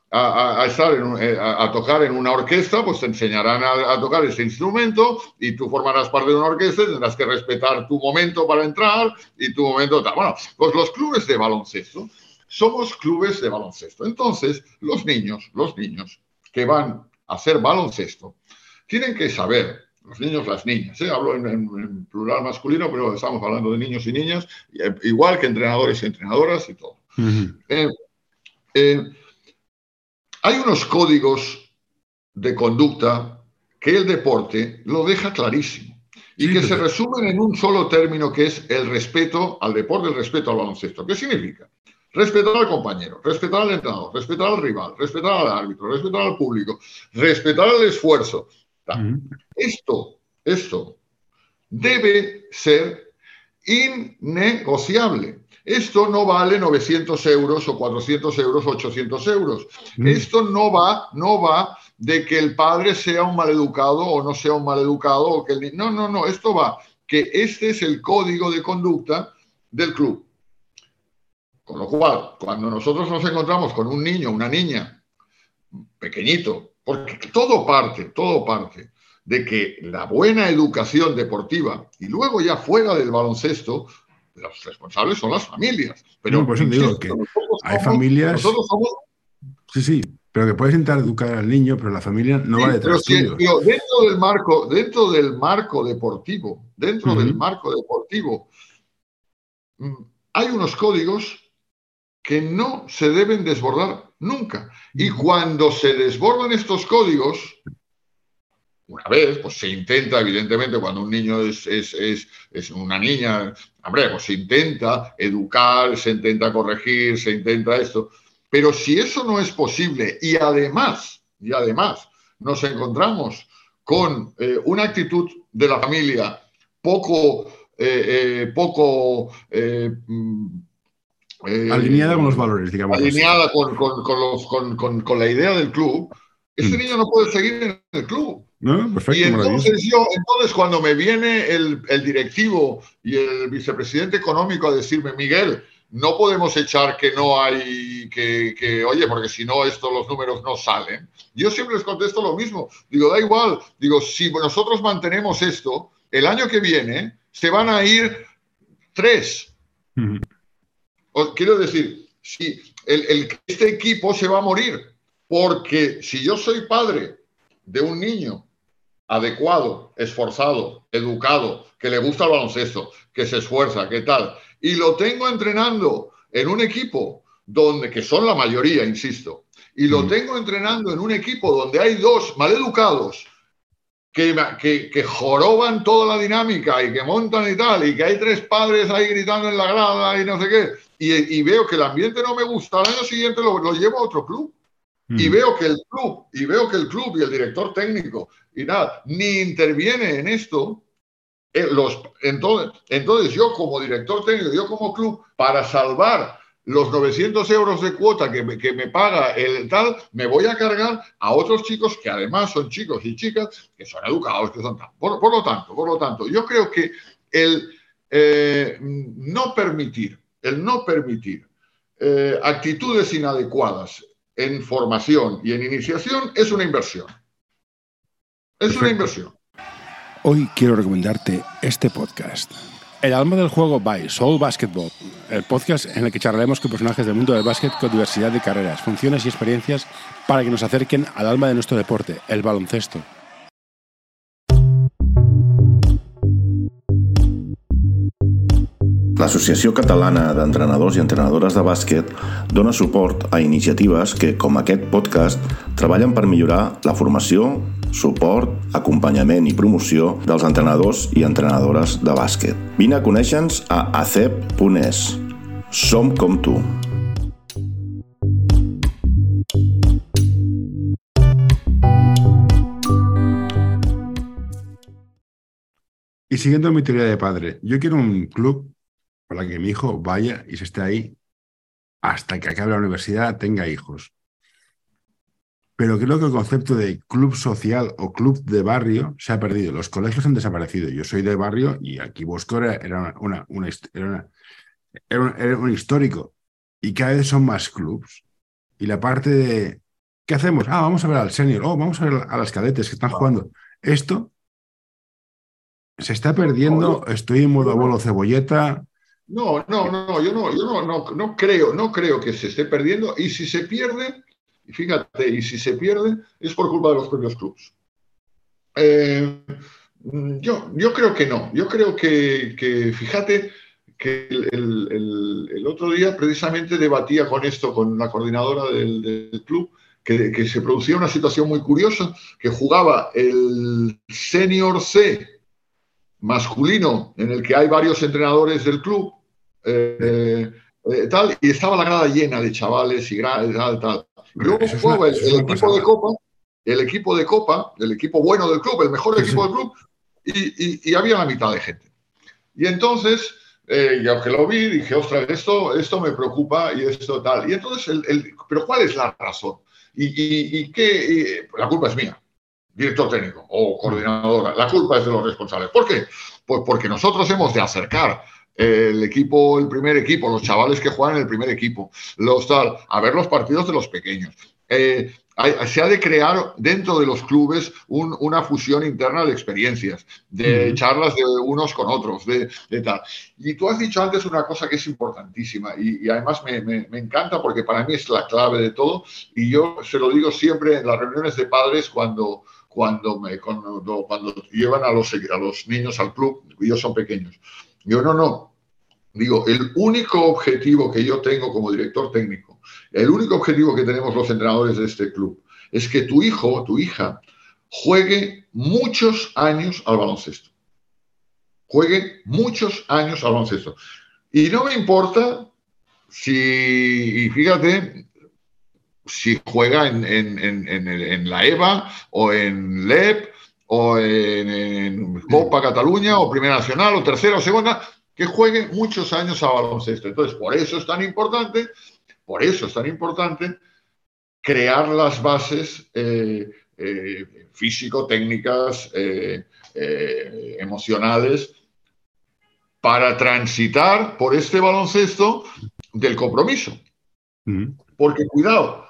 a tocar en una orquesta, pues te enseñarán a tocar ese instrumento y tú formarás parte de una orquesta y tendrás que respetar tu momento para entrar y tu momento tal. Bueno, pues los clubes de baloncesto somos clubes de baloncesto. Entonces, los niños que van a hacer baloncesto tienen que saber, los niños, las niñas, hablo en plural masculino, pero estamos hablando de niños y niñas, igual que entrenadores y entrenadoras y todo. Hay unos códigos de conducta que el deporte lo deja clarísimo y que se resumen en un solo término, que es el respeto al deporte, el respeto al baloncesto. ¿Qué significa? Respetar al compañero, respetar al entrenador, respetar al rival, respetar al árbitro, respetar al público, respetar el esfuerzo. Esto debe ser innegociable. esto no vale 900 euros o 400 euros o 800 euros. Esto no va de que el padre sea un maleducado o no sea un maleducado. O que no, esto va que este es el código de conducta del club. Con lo cual, cuando nosotros nos encontramos con un niño, una niña, pequeñito, porque todo parte de que la buena educación deportiva, y luego ya fuera del baloncesto, los responsables son las familias. Pero por eso digo que hay familias... Nosotros somos... Sí, pero que puedes intentar educar al niño, pero la familia no va detrás tuyo. Pero dentro del marco deportivo, hay unos códigos que no se deben desbordar nunca. Y cuando se desbordan estos códigos, una vez, pues se intenta, evidentemente, cuando un niño es una niña, hombre, pues se intenta educar, se intenta corregir, se intenta esto. Pero si eso no es posible y además nos encontramos con una actitud de la familia poco alineada con los valores, digamos. Alineada con la idea del club, ese niño no puede seguir en el club. No, perfecto, y entonces cuando me viene el directivo y el vicepresidente económico a decirme, Miguel, no podemos echar que no hay, oye, porque si no, los números no salen. Yo siempre les contesto lo mismo. Digo, da igual. Digo, si nosotros mantenemos esto, el año que viene se van a ir 3. Quiero decir, si este equipo se va a morir, porque si yo soy padre de un niño adecuado, esforzado, educado, que le gusta el baloncesto, que se esfuerza, que tal, y lo tengo entrenando en un equipo que son la mayoría, insisto, y lo tengo entrenando en un equipo donde hay 2 maleducados que joroban toda la dinámica y que montan y tal, y que hay 3 padres ahí gritando en la grada y no sé qué, y veo que el ambiente no me gusta, al año siguiente lo llevo a otro club. Y veo que el club y el director técnico y nada, ni interviene en esto. Entonces yo como director técnico, yo como club, para salvar los 900 euros de cuota que me paga el tal, me voy a cargar a otros chicos que además son chicos y chicas que son educados, que son tal. Por lo tanto, yo creo que el no permitir actitudes inadecuadas en formación y en iniciación es una inversión. Una inversión. Hoy quiero recomendarte este podcast. El alma del juego by Soul Basketball, el podcast en el que charlaremos con personajes del mundo del básquet con diversidad de carreras, funciones y experiencias para que nos acerquen al alma de nuestro deporte, el baloncesto. L'Associació Catalana d'Entrenadors i Entrenadores de Bàsquet dona suport a iniciatives que, com aquest podcast, treballen per millorar la formació, suport, acompanyament i promoció dels entrenadors i entrenadores de bàsquet. Vine a conèixer-nos a acep.es. Som com tu. Y siguiendo mi teoría de padre, yo quiero un club para que mi hijo vaya y se esté ahí hasta que acabe la universidad, tenga hijos. Pero creo que el concepto de club social o club de barrio se ha perdido. Los colegios han desaparecido. Yo soy de barrio y aquí Bosco era un histórico. Y cada vez son más clubs. Y la parte de, ¿qué hacemos? Vamos a ver al senior. Vamos a ver a las cadetes que están jugando. Esto se está perdiendo. Estoy en modo abuelo cebolleta. No, yo no creo que se esté perdiendo. Y si se pierde, es por culpa de los propios clubes. Yo creo que no. Yo creo que fíjate que el otro día precisamente debatía con la coordinadora del club, que se producía una situación muy curiosa, que jugaba el Senior C masculino, en el que hay varios entrenadores del club, tal, y estaba la grada llena de chavales y tal. Luego jugaba el equipo de Copa, el equipo bueno del club, el mejor equipo del club, y había la mitad de gente. Y entonces yo que lo vi, dije, ostras, esto me preocupa y esto tal. Y entonces, ¿pero cuál es la razón? ¿Y qué? La culpa es mía, director técnico o coordinadora. La culpa es de los responsables. ¿Por qué? Pues porque nosotros hemos de acercar el primer equipo, los chavales que juegan en el primer equipo, a ver los partidos de los pequeños. Se ha de crear dentro de los clubes una fusión interna de experiencias, de charlas de unos con otros, de tal. Y tú has dicho antes una cosa que es importantísima y además me encanta porque para mí es la clave de todo y yo se lo digo siempre en las reuniones de padres cuando llevan a los niños al club, y ellos son pequeños. Yo no. Digo, el único objetivo que yo tengo como director técnico, el único objetivo que tenemos los entrenadores de este club, es que tu hijo o tu hija juegue muchos años al baloncesto. Juegue muchos años al baloncesto. Y no me importa y fíjate, si juega en la EVA o en LEP o en Copa Cataluña o Primera Nacional o Tercera o Segunda, que juegue muchos años a baloncesto. Entonces, por eso es tan importante crear las bases físico-técnicas, emocionales, para transitar por este baloncesto del compromiso. Porque, cuidado,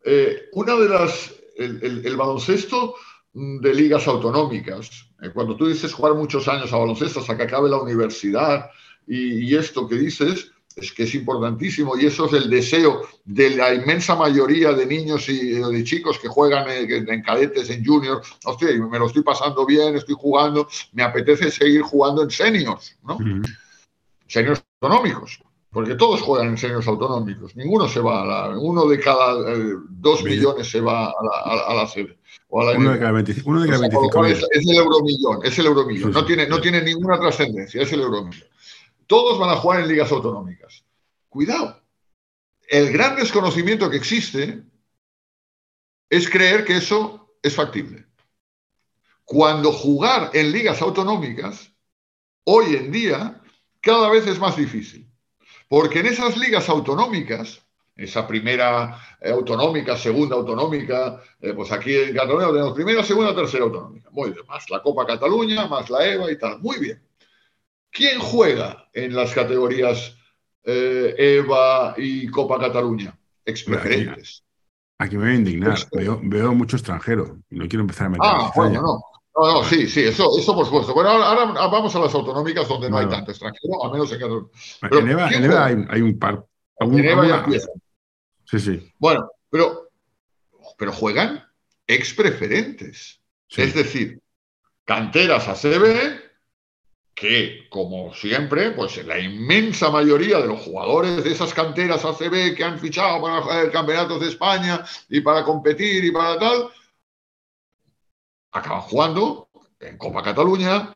el baloncesto de ligas autonómicas, cuando tú dices jugar muchos años a baloncesto hasta que acabe la universidad y esto que dices, es que es importantísimo y eso es el deseo de la inmensa mayoría de niños y de chicos que juegan en cadetes, en juniors. Hostia, me lo estoy pasando bien, estoy jugando, me apetece seguir jugando en seniors, ¿no? Seniors autonómicos. Porque todos juegan en seniors autonómicos. Ninguno se va uno de cada 2 millones se va a la sede. Uno de cada 25. Es el euromillón. Es el euromillón. No tiene ninguna trascendencia. Es el euromillón. Todos van a jugar en ligas autonómicas. Cuidado. El gran desconocimiento que existe es creer que eso es factible. Cuando jugar en ligas autonómicas, hoy en día, cada vez es más difícil. Porque en esas ligas autonómicas, esa primera autonómica, segunda autonómica, pues aquí en Cataluña tenemos primera, segunda, tercera autonómica. Muy bien, más la Copa Cataluña, más la EVA y tal. Muy bien. ¿Quién juega en las categorías EVA y Copa Cataluña? Expreferentes. Aquí me voy a indignar. Veo mucho extranjero y no quiero empezar a meter. Bueno, no. No, sí, eso por supuesto. Bueno, ahora vamos a las autonómicas donde no hay tanto extranjero, al menos en Cataluña. En EVA hay un par. En EVA ya empieza. Sí. Bueno, pero juegan expreferentes. Sí. Es decir, canteras ACB que, como siempre, pues la inmensa mayoría de los jugadores de esas canteras ACB que han fichado para campeonatos de España y para competir y para tal, acaban jugando en Copa Cataluña,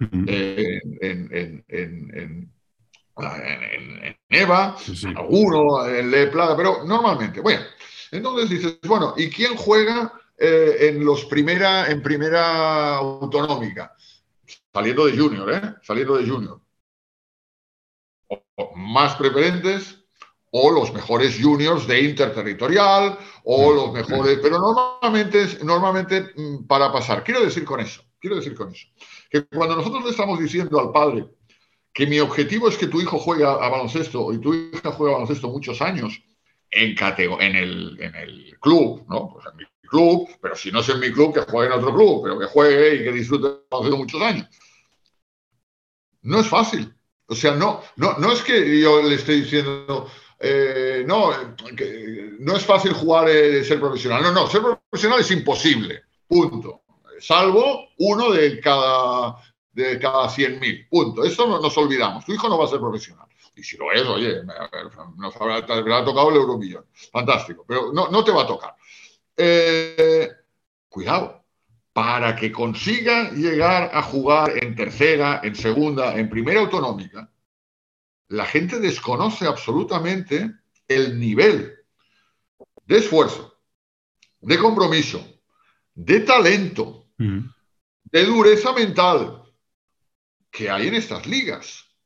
en EVA, alguno en Le Plata, pero normalmente. Bueno, entonces dices, bueno, ¿y quién juega en primera autonómica? Saliendo de junior, Saliendo de junior. O más preferentes, o los mejores juniors de interterritorial, o los mejores, pero normalmente para pasar. Quiero decir con eso, que cuando nosotros le estamos diciendo al padre que mi objetivo es que tu hijo juegue a baloncesto y tu hija juegue a baloncesto muchos años en el club, ¿no? Pues en mi club, pero si no es en mi club, que juegue en otro club, pero que juegue y que disfrute de baloncesto muchos años. No es fácil. O sea, no es que yo le esté diciendo, no es fácil jugar, ser profesional. No, ser profesional es imposible. Punto. Salvo uno de cada 100.000. Punto. Esto no nos olvidamos. Tu hijo no va a ser profesional. Y si lo es, oye, nos habrá tocado el euromillón. Fantástico. Pero no te va a tocar. Cuidado. Para que consiga llegar a jugar en tercera, en segunda, en primera autonómica, la gente desconoce absolutamente el nivel de esfuerzo, de compromiso, de talento, de dureza mental que hay en estas ligas.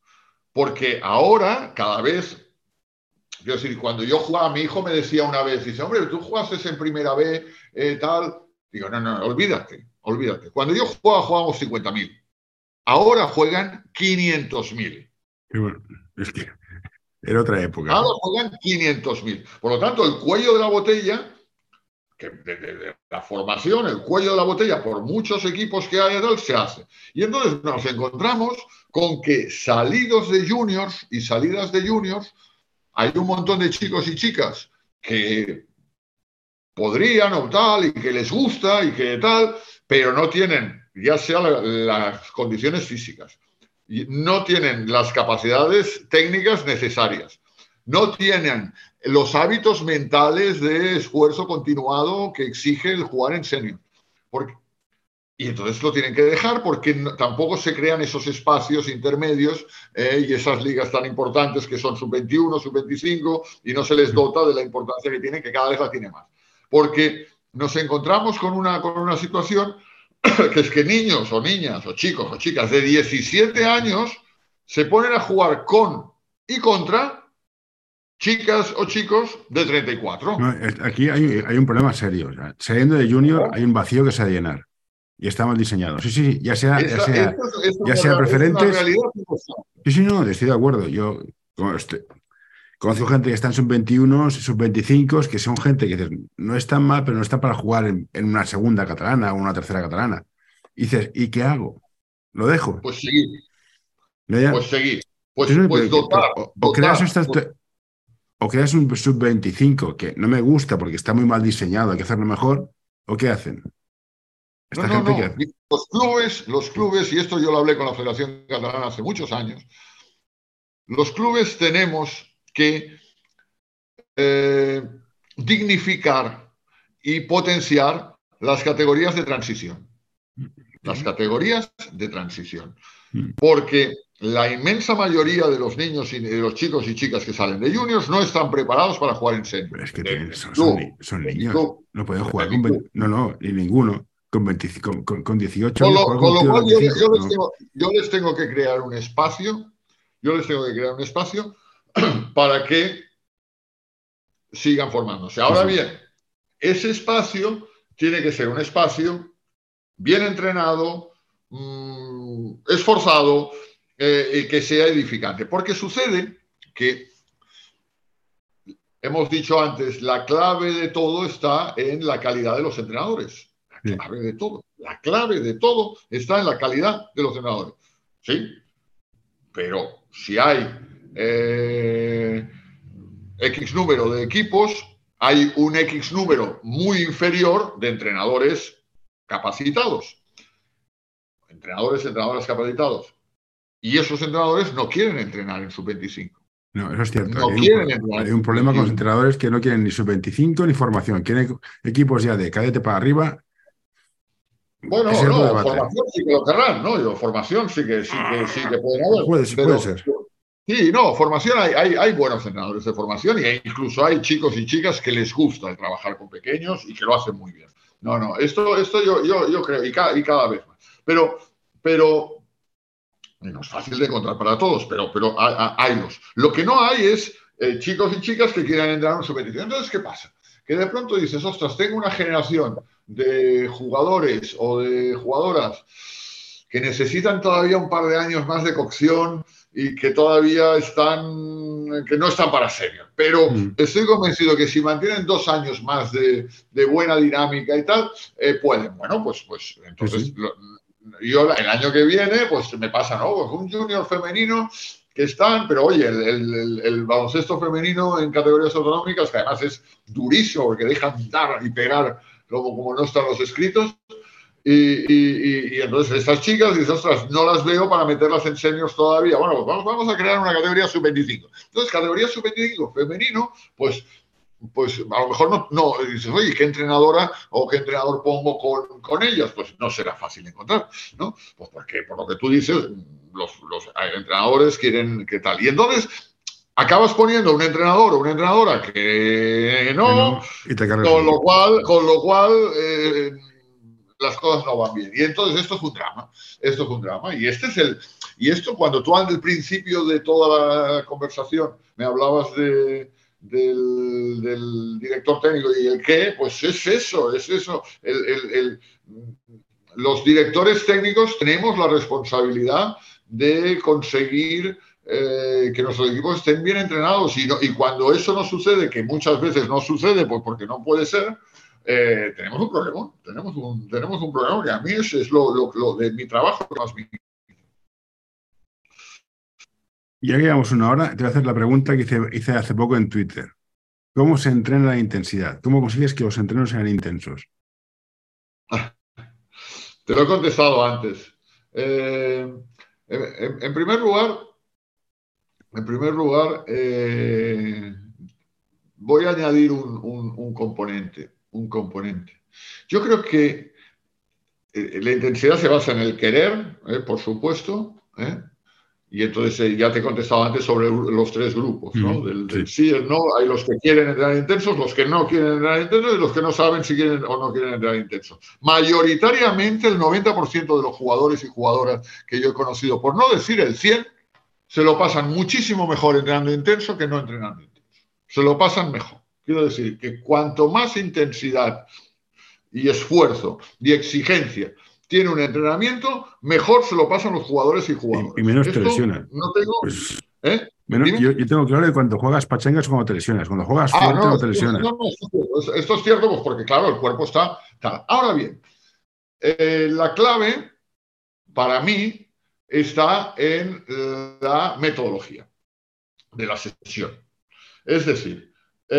Porque ahora, cada vez, quiero decir, cuando yo jugaba, mi hijo me decía una vez, dice, hombre, tú jugaste en primera B, tal. Digo, no, olvídate. Cuando yo jugaba, jugábamos 50.000. Ahora juegan 500.000. Bueno, es que era otra época. Ahora juegan 500.000. Por lo tanto, el cuello de la botella, que de la formación, el cuello de la botella, por muchos equipos que haya, se hace. Y entonces nos encontramos con que salidos de juniors y salidas de juniors, hay un montón de chicos y chicas que podrían o tal, y que les gusta y que tal, pero no tienen, ya sea las condiciones físicas, no tienen las capacidades técnicas necesarias, no tienen los hábitos mentales de esfuerzo continuado que exige el jugar en senior. Y entonces lo tienen que dejar porque tampoco se crean esos espacios intermedios y esas ligas tan importantes que son sub-21, sub-25 y no se les dota de la importancia que tienen, que cada vez la tiene más. Porque nos encontramos con una situación que es que niños o niñas o chicos o chicas de 17 años se ponen a jugar con y contra chicas o chicos de 34. No, aquí hay un problema serio. O sea, saliendo de junior hay un vacío que se ha de llenar. Y está mal diseñado. Sí, ya sea preferentes. Sí, no, estoy de acuerdo. Yo conozco gente que está en sub-21, sub-25, que son gente que dices, no están mal, pero no están para jugar en una segunda catalana o una tercera catalana. Y dices, ¿y qué hago? ¿Lo dejo? Pues seguir. O creas un sub-25 que no me gusta porque está muy mal diseñado, hay que hacerlo mejor, ¿o qué hacen? No. Los clubes, y esto yo lo hablé con la Federación Catalana hace muchos años, los clubes tenemos que dignificar y potenciar las categorías de transición. Porque la inmensa mayoría de los niños y de los chicos y chicas que salen de juniors no están preparados para jugar en senior. Pero es que son niños. No pueden jugar ni ninguno. Con 18 años. Con lo cual yo les tengo que crear un espacio. Para que sigan formándose. Ahora bien, ese espacio tiene que ser un espacio bien entrenado, esforzado y que sea edificante. Porque sucede que, hemos dicho antes, la clave de todo está en la calidad de los entrenadores. La clave de todo está en la calidad de los entrenadores. ¿Sí? Pero si hay X número de equipos, hay un X número muy inferior de entrenadores capacitados. Entrenadoras capacitados. Y esos entrenadores no quieren entrenar en sub-25. No, eso es cierto. Hay un problema con los entrenadores que no quieren ni sub-25 ni formación. Quieren equipos ya de cadete para arriba. Bueno, formación sí que lo querrán, ¿no? Formación sí que pueden haber. Puede ser. Sí, no, formación hay buenos entrenadores de formación y incluso hay chicos y chicas que les gusta trabajar con pequeños y que lo hacen muy bien. No, esto yo creo, y cada vez más. Pero no es fácil de encontrar para todos, pero haylos. Lo que no hay es chicos y chicas que quieran entrar en su competición. Entonces, ¿qué pasa? Que de pronto dices, ostras, tengo una generación de jugadores o de jugadoras que necesitan todavía un par de años más de cocción y que todavía que no están para senior. Pero estoy convencido que si mantienen 2 años más de buena dinámica y tal, pueden. Bueno, pues entonces sí. Yo el año que viene, pues me pasa, ¿no? Pues un junior femenino que están, pero oye, el baloncesto femenino en categorías autonómicas, que además es durísimo porque dejan dar y pegar como no están los escritos. Y entonces estas chicas dicen, ostras, no las veo para meterlas en seniors todavía. Bueno, pues vamos a crear una categoría sub-25. Entonces, categoría sub-25 femenino, pues a lo mejor no dices, oye, ¿qué entrenadora o qué entrenador pongo con ellas? Pues no será fácil encontrar, ¿no? Pues porque, por lo que tú dices, los entrenadores quieren que tal. Y entonces acabas poniendo un entrenador o una entrenadora que no, con lo cual las cosas no van bien. Y entonces esto es un drama. Y Y esto, cuando tú al principio de toda la conversación me hablabas del director técnico y el qué, pues es eso. Los directores técnicos tenemos la responsabilidad de conseguir que nuestros equipos estén bien entrenados y cuando eso no sucede, que muchas veces no sucede pues porque no puede ser, tenemos un problema. Tenemos un problema que a mí es lo de mi trabajo más bien. Ya que llevamos una hora, te voy a hacer la pregunta que hice hace poco en Twitter. ¿Cómo se entrena la intensidad? ¿Cómo consigues que los entrenos sean intensos? Te lo he contestado antes. En primer lugar, voy a añadir un componente. Yo creo que la intensidad se basa en el querer, por supuesto, y entonces ya te he contestado antes sobre los tres grupos, ¿no? Del sí, el no. Hay los que quieren entrenar intensos, los que no quieren entrenar intensos y los que no saben si quieren o no quieren entrenar intensos. Mayoritariamente el 90% de los jugadores y jugadoras que yo he conocido, por no decir el 100%, se lo pasan muchísimo mejor entrenando intenso que no entrenando intenso. Se lo pasan mejor. Quiero decir que cuanto más intensidad y esfuerzo y exigencia tiene un entrenamiento, mejor se lo pasan los jugadores y jugadoras. Y menos te lesionas. No tengo... Pues, yo tengo claro que cuando juegas pachangas es cuando te lesionas. Cuando juegas fuerte no te lesionas. Esto es cierto, pues porque claro, el cuerpo está... Ahora bien, la clave para mí está en la metodología de la sesión. Es decir,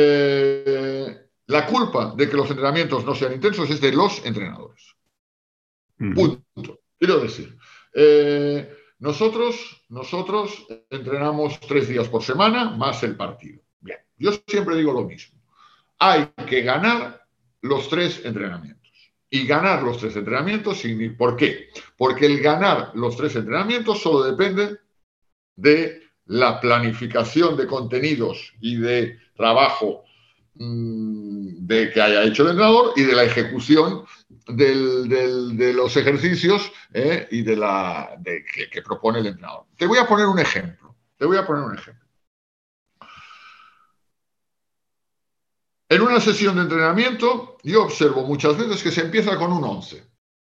la culpa de que los entrenamientos no sean intensos es de los entrenadores. Punto. Quiero decir, nosotros entrenamos 3 días por semana más el partido. Bien, yo siempre digo lo mismo. Hay que ganar los 3 entrenamientos. Y ganar los 3 entrenamientos, ¿por qué? Porque el ganar los 3 entrenamientos solo depende de la planificación de contenidos y de trabajo de que haya hecho el entrenador y de la ejecución de los ejercicios y que propone el entrenador. Te voy a poner un ejemplo. En una sesión de entrenamiento, yo observo muchas veces que se empieza con un 11.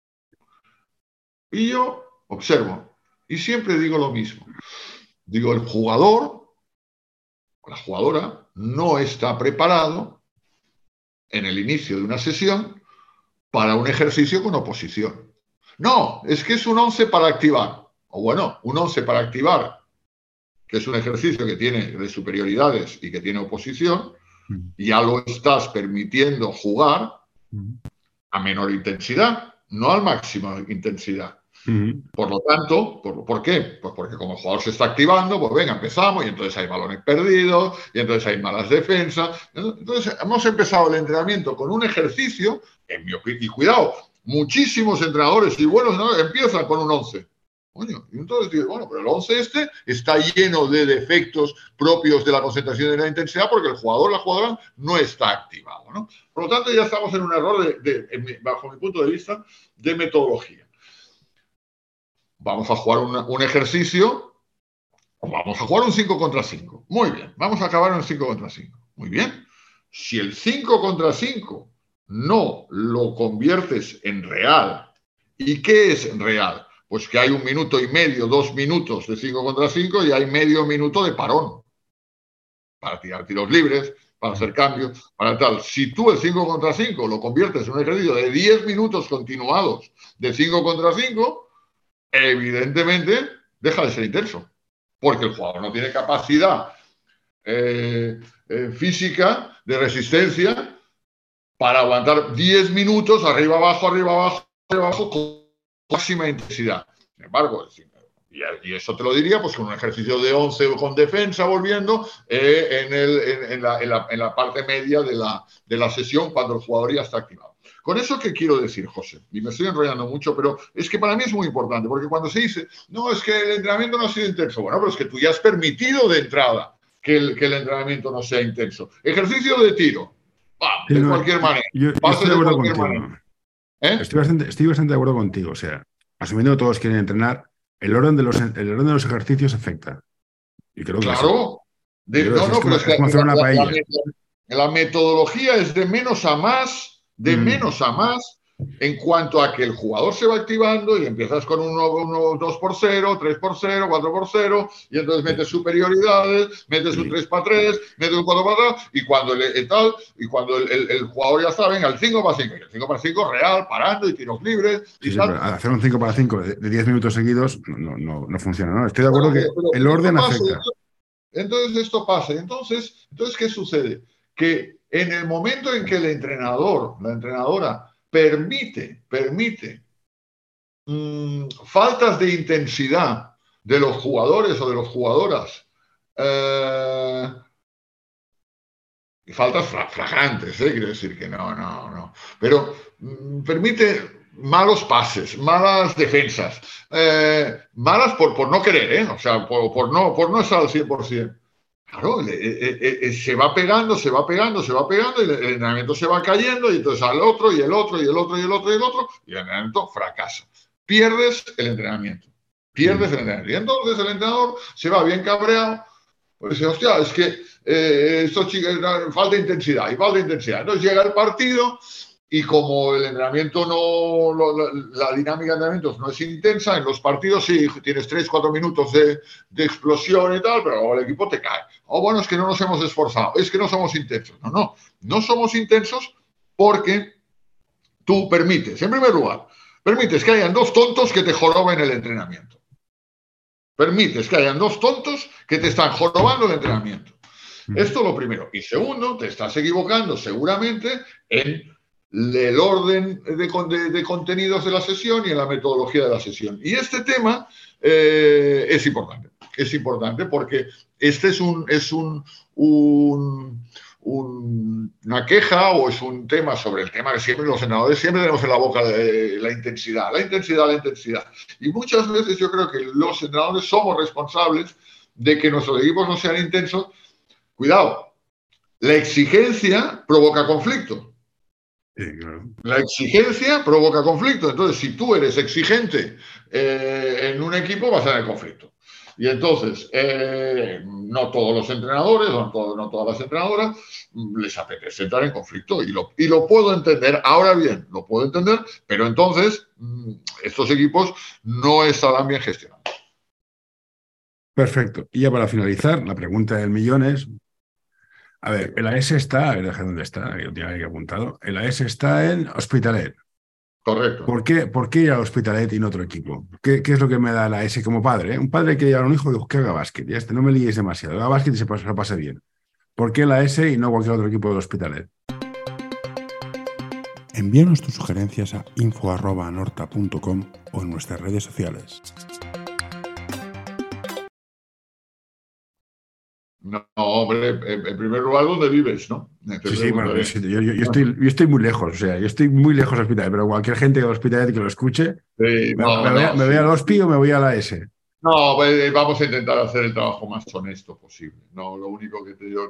Y yo observo y siempre digo lo mismo. Digo, el jugador o la jugadora no está preparado en el inicio de una sesión para un ejercicio con oposición. No, es que es un 11 para activar. O bueno, un 11 para activar, que es un ejercicio que tiene de superioridades y que tiene oposición, ya lo estás permitiendo jugar a menor intensidad, no a máxima intensidad. Por lo tanto, ¿por qué? Pues porque como el jugador se está activando, pues venga, empezamos y entonces hay balones perdidos y entonces hay malas defensas. Entonces hemos empezado el entrenamiento con un ejercicio, y cuidado, muchísimos entrenadores y buenos empiezan con un 11. Coño, y entonces dices, bueno, pero el 11 está lleno de defectos propios de la concentración y de la intensidad porque el jugador, la jugadora, no está activado, ¿no? Por lo tanto, ya estamos en un error, bajo mi punto de vista, de metodología. Vamos a jugar un ejercicio, o vamos a jugar un 5 contra 5. Muy bien, vamos a acabar en un 5 contra 5. Muy bien. Si el 5 contra 5 no lo conviertes en real, ¿y qué es real? Pues que hay 1 minuto y medio, 2 minutos de 5 contra 5 y hay medio minuto de parón para tirar tiros libres, para hacer cambios, para tal. Si tú el 5 contra 5 lo conviertes en un ejercicio de 10 minutos continuados de 5 contra 5, evidentemente deja de ser intenso, porque el jugador no tiene capacidad física de resistencia para aguantar 10 minutos arriba, abajo, con máxima intensidad. Sin embargo, y eso te lo diría pues con un ejercicio de 11 con defensa volviendo en la parte media de la sesión cuando el jugador ya está activado. Con eso, ¿qué quiero decir, José? Y me estoy enrollando mucho, pero es que para mí es muy importante, porque cuando se dice, no, es que el entrenamiento no ha sido intenso, bueno, pero es que tú ya has permitido de entrada que el entrenamiento no sea intenso. Ejercicio de tiro, de cualquier manera. Yo estoy de acuerdo contigo. Estoy bastante de acuerdo contigo. O sea, asumiendo que todos quieren entrenar, el orden de los ejercicios afecta. Y creo que sí. Claro. Pero es que como hacer una paella. La metodología es de menos a más, en cuanto a que el jugador se va activando y empiezas con uno 2-0, 3-0, 4-0, y entonces metes superioridades, metes un 3-3, metes un 4-4, y cuando el jugador ya está, venga, el 5-5, el 5-5 real, parando y tiros libres. Sí, pero hacer un 5-5 de 10 minutos seguidos no funciona, ¿no? Estoy de acuerdo que el orden afecta. Entonces esto pasa. Entonces, ¿qué sucede? Que en el momento en que el entrenador, la entrenadora, permite faltas de intensidad de los jugadores o de las jugadoras, faltas flagrantes, quiero decir que no. Pero permite malos pases, malas defensas, malas por no querer, o sea, por no estar al 100%. Claro, se va pegando y el entrenamiento se va cayendo y entonces al otro y el otro y el entrenamiento fracasa. Pierdes el entrenamiento. Y entonces el entrenador se va bien cabreado, pues dice, hostia, es que estos chicos falta intensidad. Entonces llega el partido y como el entrenamiento la dinámica de entrenamientos no es intensa, en los partidos sí tienes 3-4 minutos de explosión y tal, pero el equipo te cae. Bueno, es que no nos hemos esforzado, es que no somos intensos. No somos intensos porque tú permites, en primer lugar, permites que hayan dos tontos que te joroben el entrenamiento. Permites que hayan dos tontos que te están jorobando el entrenamiento. Esto es lo primero. Y segundo, te estás equivocando seguramente en el orden de contenidos de la sesión y en la metodología de la sesión. Y este tema es importante. Es importante porque este es una queja o es un tema sobre el tema que siempre los entrenadores siempre tenemos en la boca de la intensidad. Y muchas veces yo creo que los entrenadores somos responsables de que nuestros equipos no sean intensos. Cuidado, la exigencia provoca conflicto. Sí, claro. La exigencia provoca conflicto. Entonces, si tú eres exigente en un equipo, vas a tener conflicto. Y entonces, no todos los entrenadores, no todas las entrenadoras, les apetece entrar en conflicto. Y lo puedo entender. Ahora bien, lo puedo entender, pero entonces estos equipos no estarán bien gestionados. Perfecto. Y ya para finalizar, la pregunta del millón es... A ver, el AS está, a ver, déjame dónde está, yo tenía aquí apuntado. El AS está en Hospitalet. Correcto. ¿Por qué ir al Hospitalet y no otro equipo? ¿Qué es lo que me da el AS como padre? Un padre que lleva a un hijo que haga básquet. Ya no me liéis demasiado. Haga básquet y se lo pase bien. ¿Por qué el AS y no cualquier otro equipo del Hospitalet? Envíanos tus sugerencias a info@norta.com o en nuestras redes sociales. No, hombre, en primer lugar, ¿dónde vives, no? Sí, bueno, yo estoy muy lejos, o sea, yo estoy muy lejos del Hospitalet, pero cualquier gente del Hospitalet que lo escuche, sí, me voy al Hospi o me voy a la S. No, vamos a intentar hacer el trabajo más honesto posible. No, lo único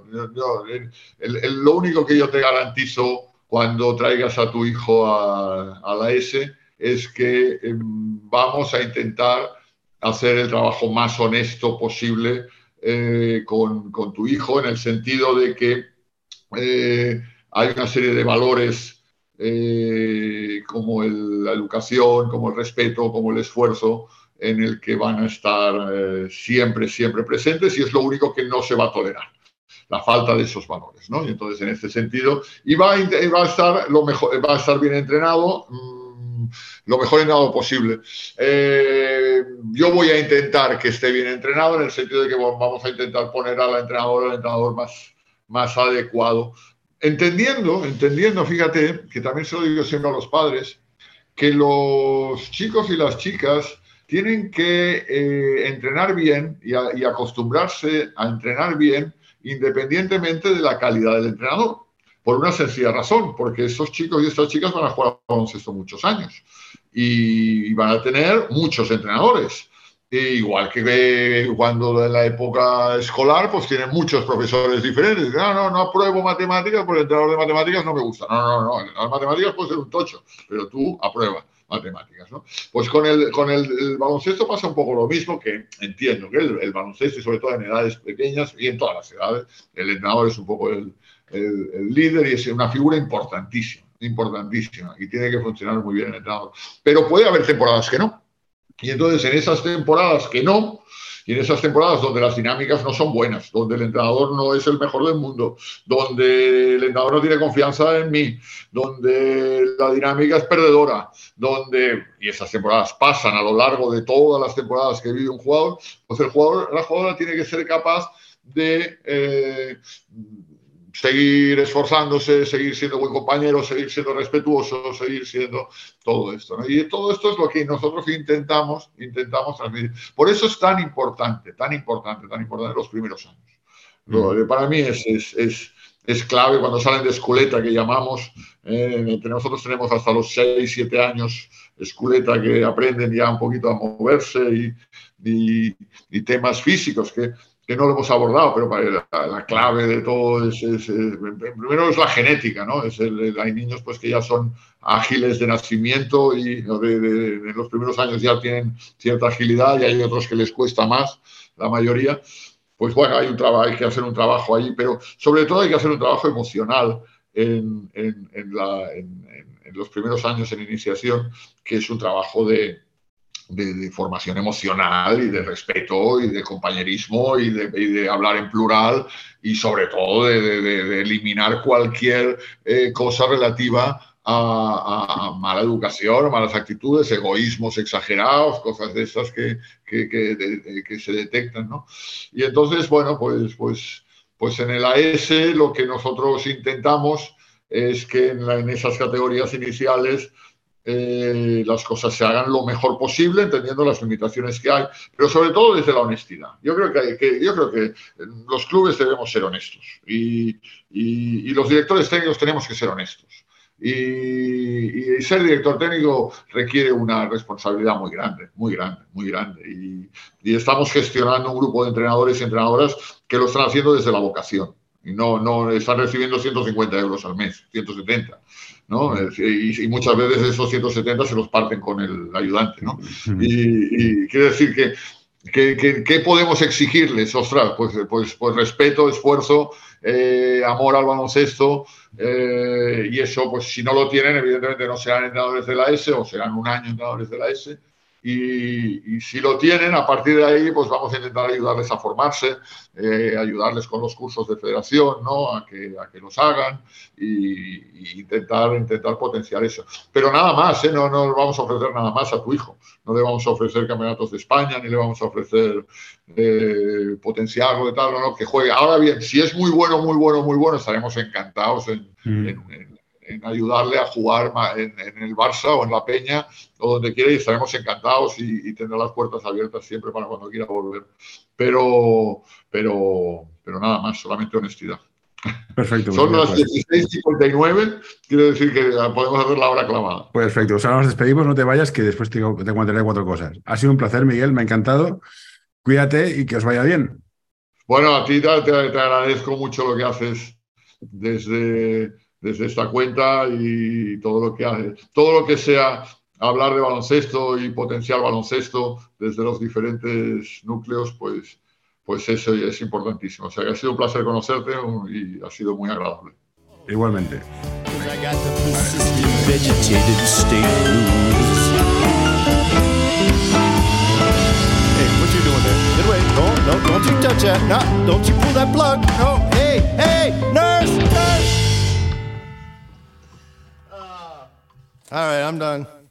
que yo te garantizo cuando traigas a tu hijo a la S es que vamos a intentar hacer el trabajo más honesto posible con tu hijo, en el sentido de que hay una serie de valores como la educación, como el respeto, como el esfuerzo, en el que van a estar siempre presentes, y es lo único que no se va a tolerar, la falta de esos valores, ¿no? Y entonces, en este sentido, va a estar bien entrenado, lo mejor entrenado posible. Yo voy a intentar que esté bien entrenado, en el sentido de que vamos a intentar poner al entrenador más adecuado. Entendiendo, fíjate, que también se lo digo siempre a los padres, que los chicos y las chicas tienen que entrenar bien y acostumbrarse a entrenar bien independientemente de la calidad del entrenador. Por una sencilla razón, porque esos chicos y estas chicas van a jugar baloncesto muchos años y van a tener muchos entrenadores. Igual que cuando en la época escolar, pues tienen muchos profesores diferentes. No apruebo matemáticas porque el entrenador de matemáticas no me gusta. No, el entrenador de matemáticas puede ser un tocho, pero tú apruebas. matemáticas, ¿no? Pues con el baloncesto pasa un poco lo mismo, que entiendo que el baloncesto, y sobre todo en edades pequeñas y en todas las edades, el entrenador es un poco el líder y es una figura importantísima y tiene que funcionar muy bien el entrenador. Pero puede haber temporadas que no. Y entonces en esas temporadas que no, y en esas temporadas donde las dinámicas no son buenas, donde el entrenador no es el mejor del mundo, donde el entrenador no tiene confianza en mí, donde la dinámica es perdedora, y esas temporadas pasan a lo largo de todas las temporadas que vive un jugador, pues la jugadora tiene que ser capaz de seguir esforzándose, seguir siendo buen compañero, seguir siendo respetuoso, seguir siendo todo esto, ¿no? Y todo esto es lo que nosotros intentamos transmitir. Por eso es tan importante los primeros años. Para mí es clave cuando salen de esculeta, que llamamos, nosotros tenemos hasta los 6, 7 años esculeta, que aprenden ya un poquito a moverse y temas físicos que no lo hemos abordado, pero la clave de todo primero es la genética, ¿no? Hay niños pues que ya son ágiles de nacimiento y en los primeros años ya tienen cierta agilidad, y hay otros que les cuesta más, la mayoría. Pues bueno, hay que hacer un trabajo ahí, pero sobre todo hay que hacer un trabajo emocional en los primeros años en iniciación, que es un trabajo de formación emocional y de respeto y de compañerismo y de hablar en plural, y sobre todo de eliminar cualquier cosa relativa a mala educación, malas actitudes, egoísmos exagerados, cosas de esas que se detectan, ¿no? Y entonces, bueno, pues en el AS lo que nosotros intentamos es que en esas categorías iniciales las cosas se hagan lo mejor posible, entendiendo las limitaciones que hay, pero sobre todo desde la honestidad. Yo creo que los clubes debemos ser honestos y los directores técnicos tenemos que ser honestos. Y ser director técnico requiere una responsabilidad muy grande. Y estamos gestionando un grupo de entrenadores y entrenadoras que lo están haciendo desde la vocación. Y no están recibiendo 150 euros al mes, 170. ¿no? Y muchas veces esos 170 se los parten con el ayudante, ¿no? Y quiere decir que podemos exigirles, ostras, pues respeto, esfuerzo, amor al baloncesto, y eso, pues si no lo tienen, evidentemente no serán entrenadores de la ESE o serán un año entrenadores de la ESE. Y si lo tienen, a partir de ahí, pues vamos a intentar ayudarles a formarse, ayudarles con los cursos de federación, ¿no? A que los hagan y intentar potenciar eso. Pero nada más, no le vamos a ofrecer nada más a tu hijo. No le vamos a ofrecer campeonatos de España, ni le vamos a ofrecer potenciarlo de tal, no, que juegue. Ahora bien, si es muy bueno, estaremos encantados en ayudarle a jugar en el Barça o en la Peña o donde quiera, y estaremos encantados y tendrá las puertas abiertas siempre para cuando quiera volver. Pero nada más, solamente honestidad. Perfecto. Son las 16:59, quiero decir que podemos hacer la hora clavada. Perfecto, pues ahora nos despedimos, no te vayas, que después te contaré 4 cosas. Ha sido un placer, Miguel, me ha encantado. Cuídate y que os vaya bien. Bueno, a ti te agradezco mucho lo que haces desde esta cuenta y todo lo que haces. Todo lo que sea hablar de baloncesto y potenciar baloncesto desde los diferentes núcleos, pues eso es importantísimo. O sea, que ha sido un placer conocerte y ha sido muy agradable. Igualmente. No, don't you touch that. No, don't you pull that plug. No, hey, nurse. All right, I'm done.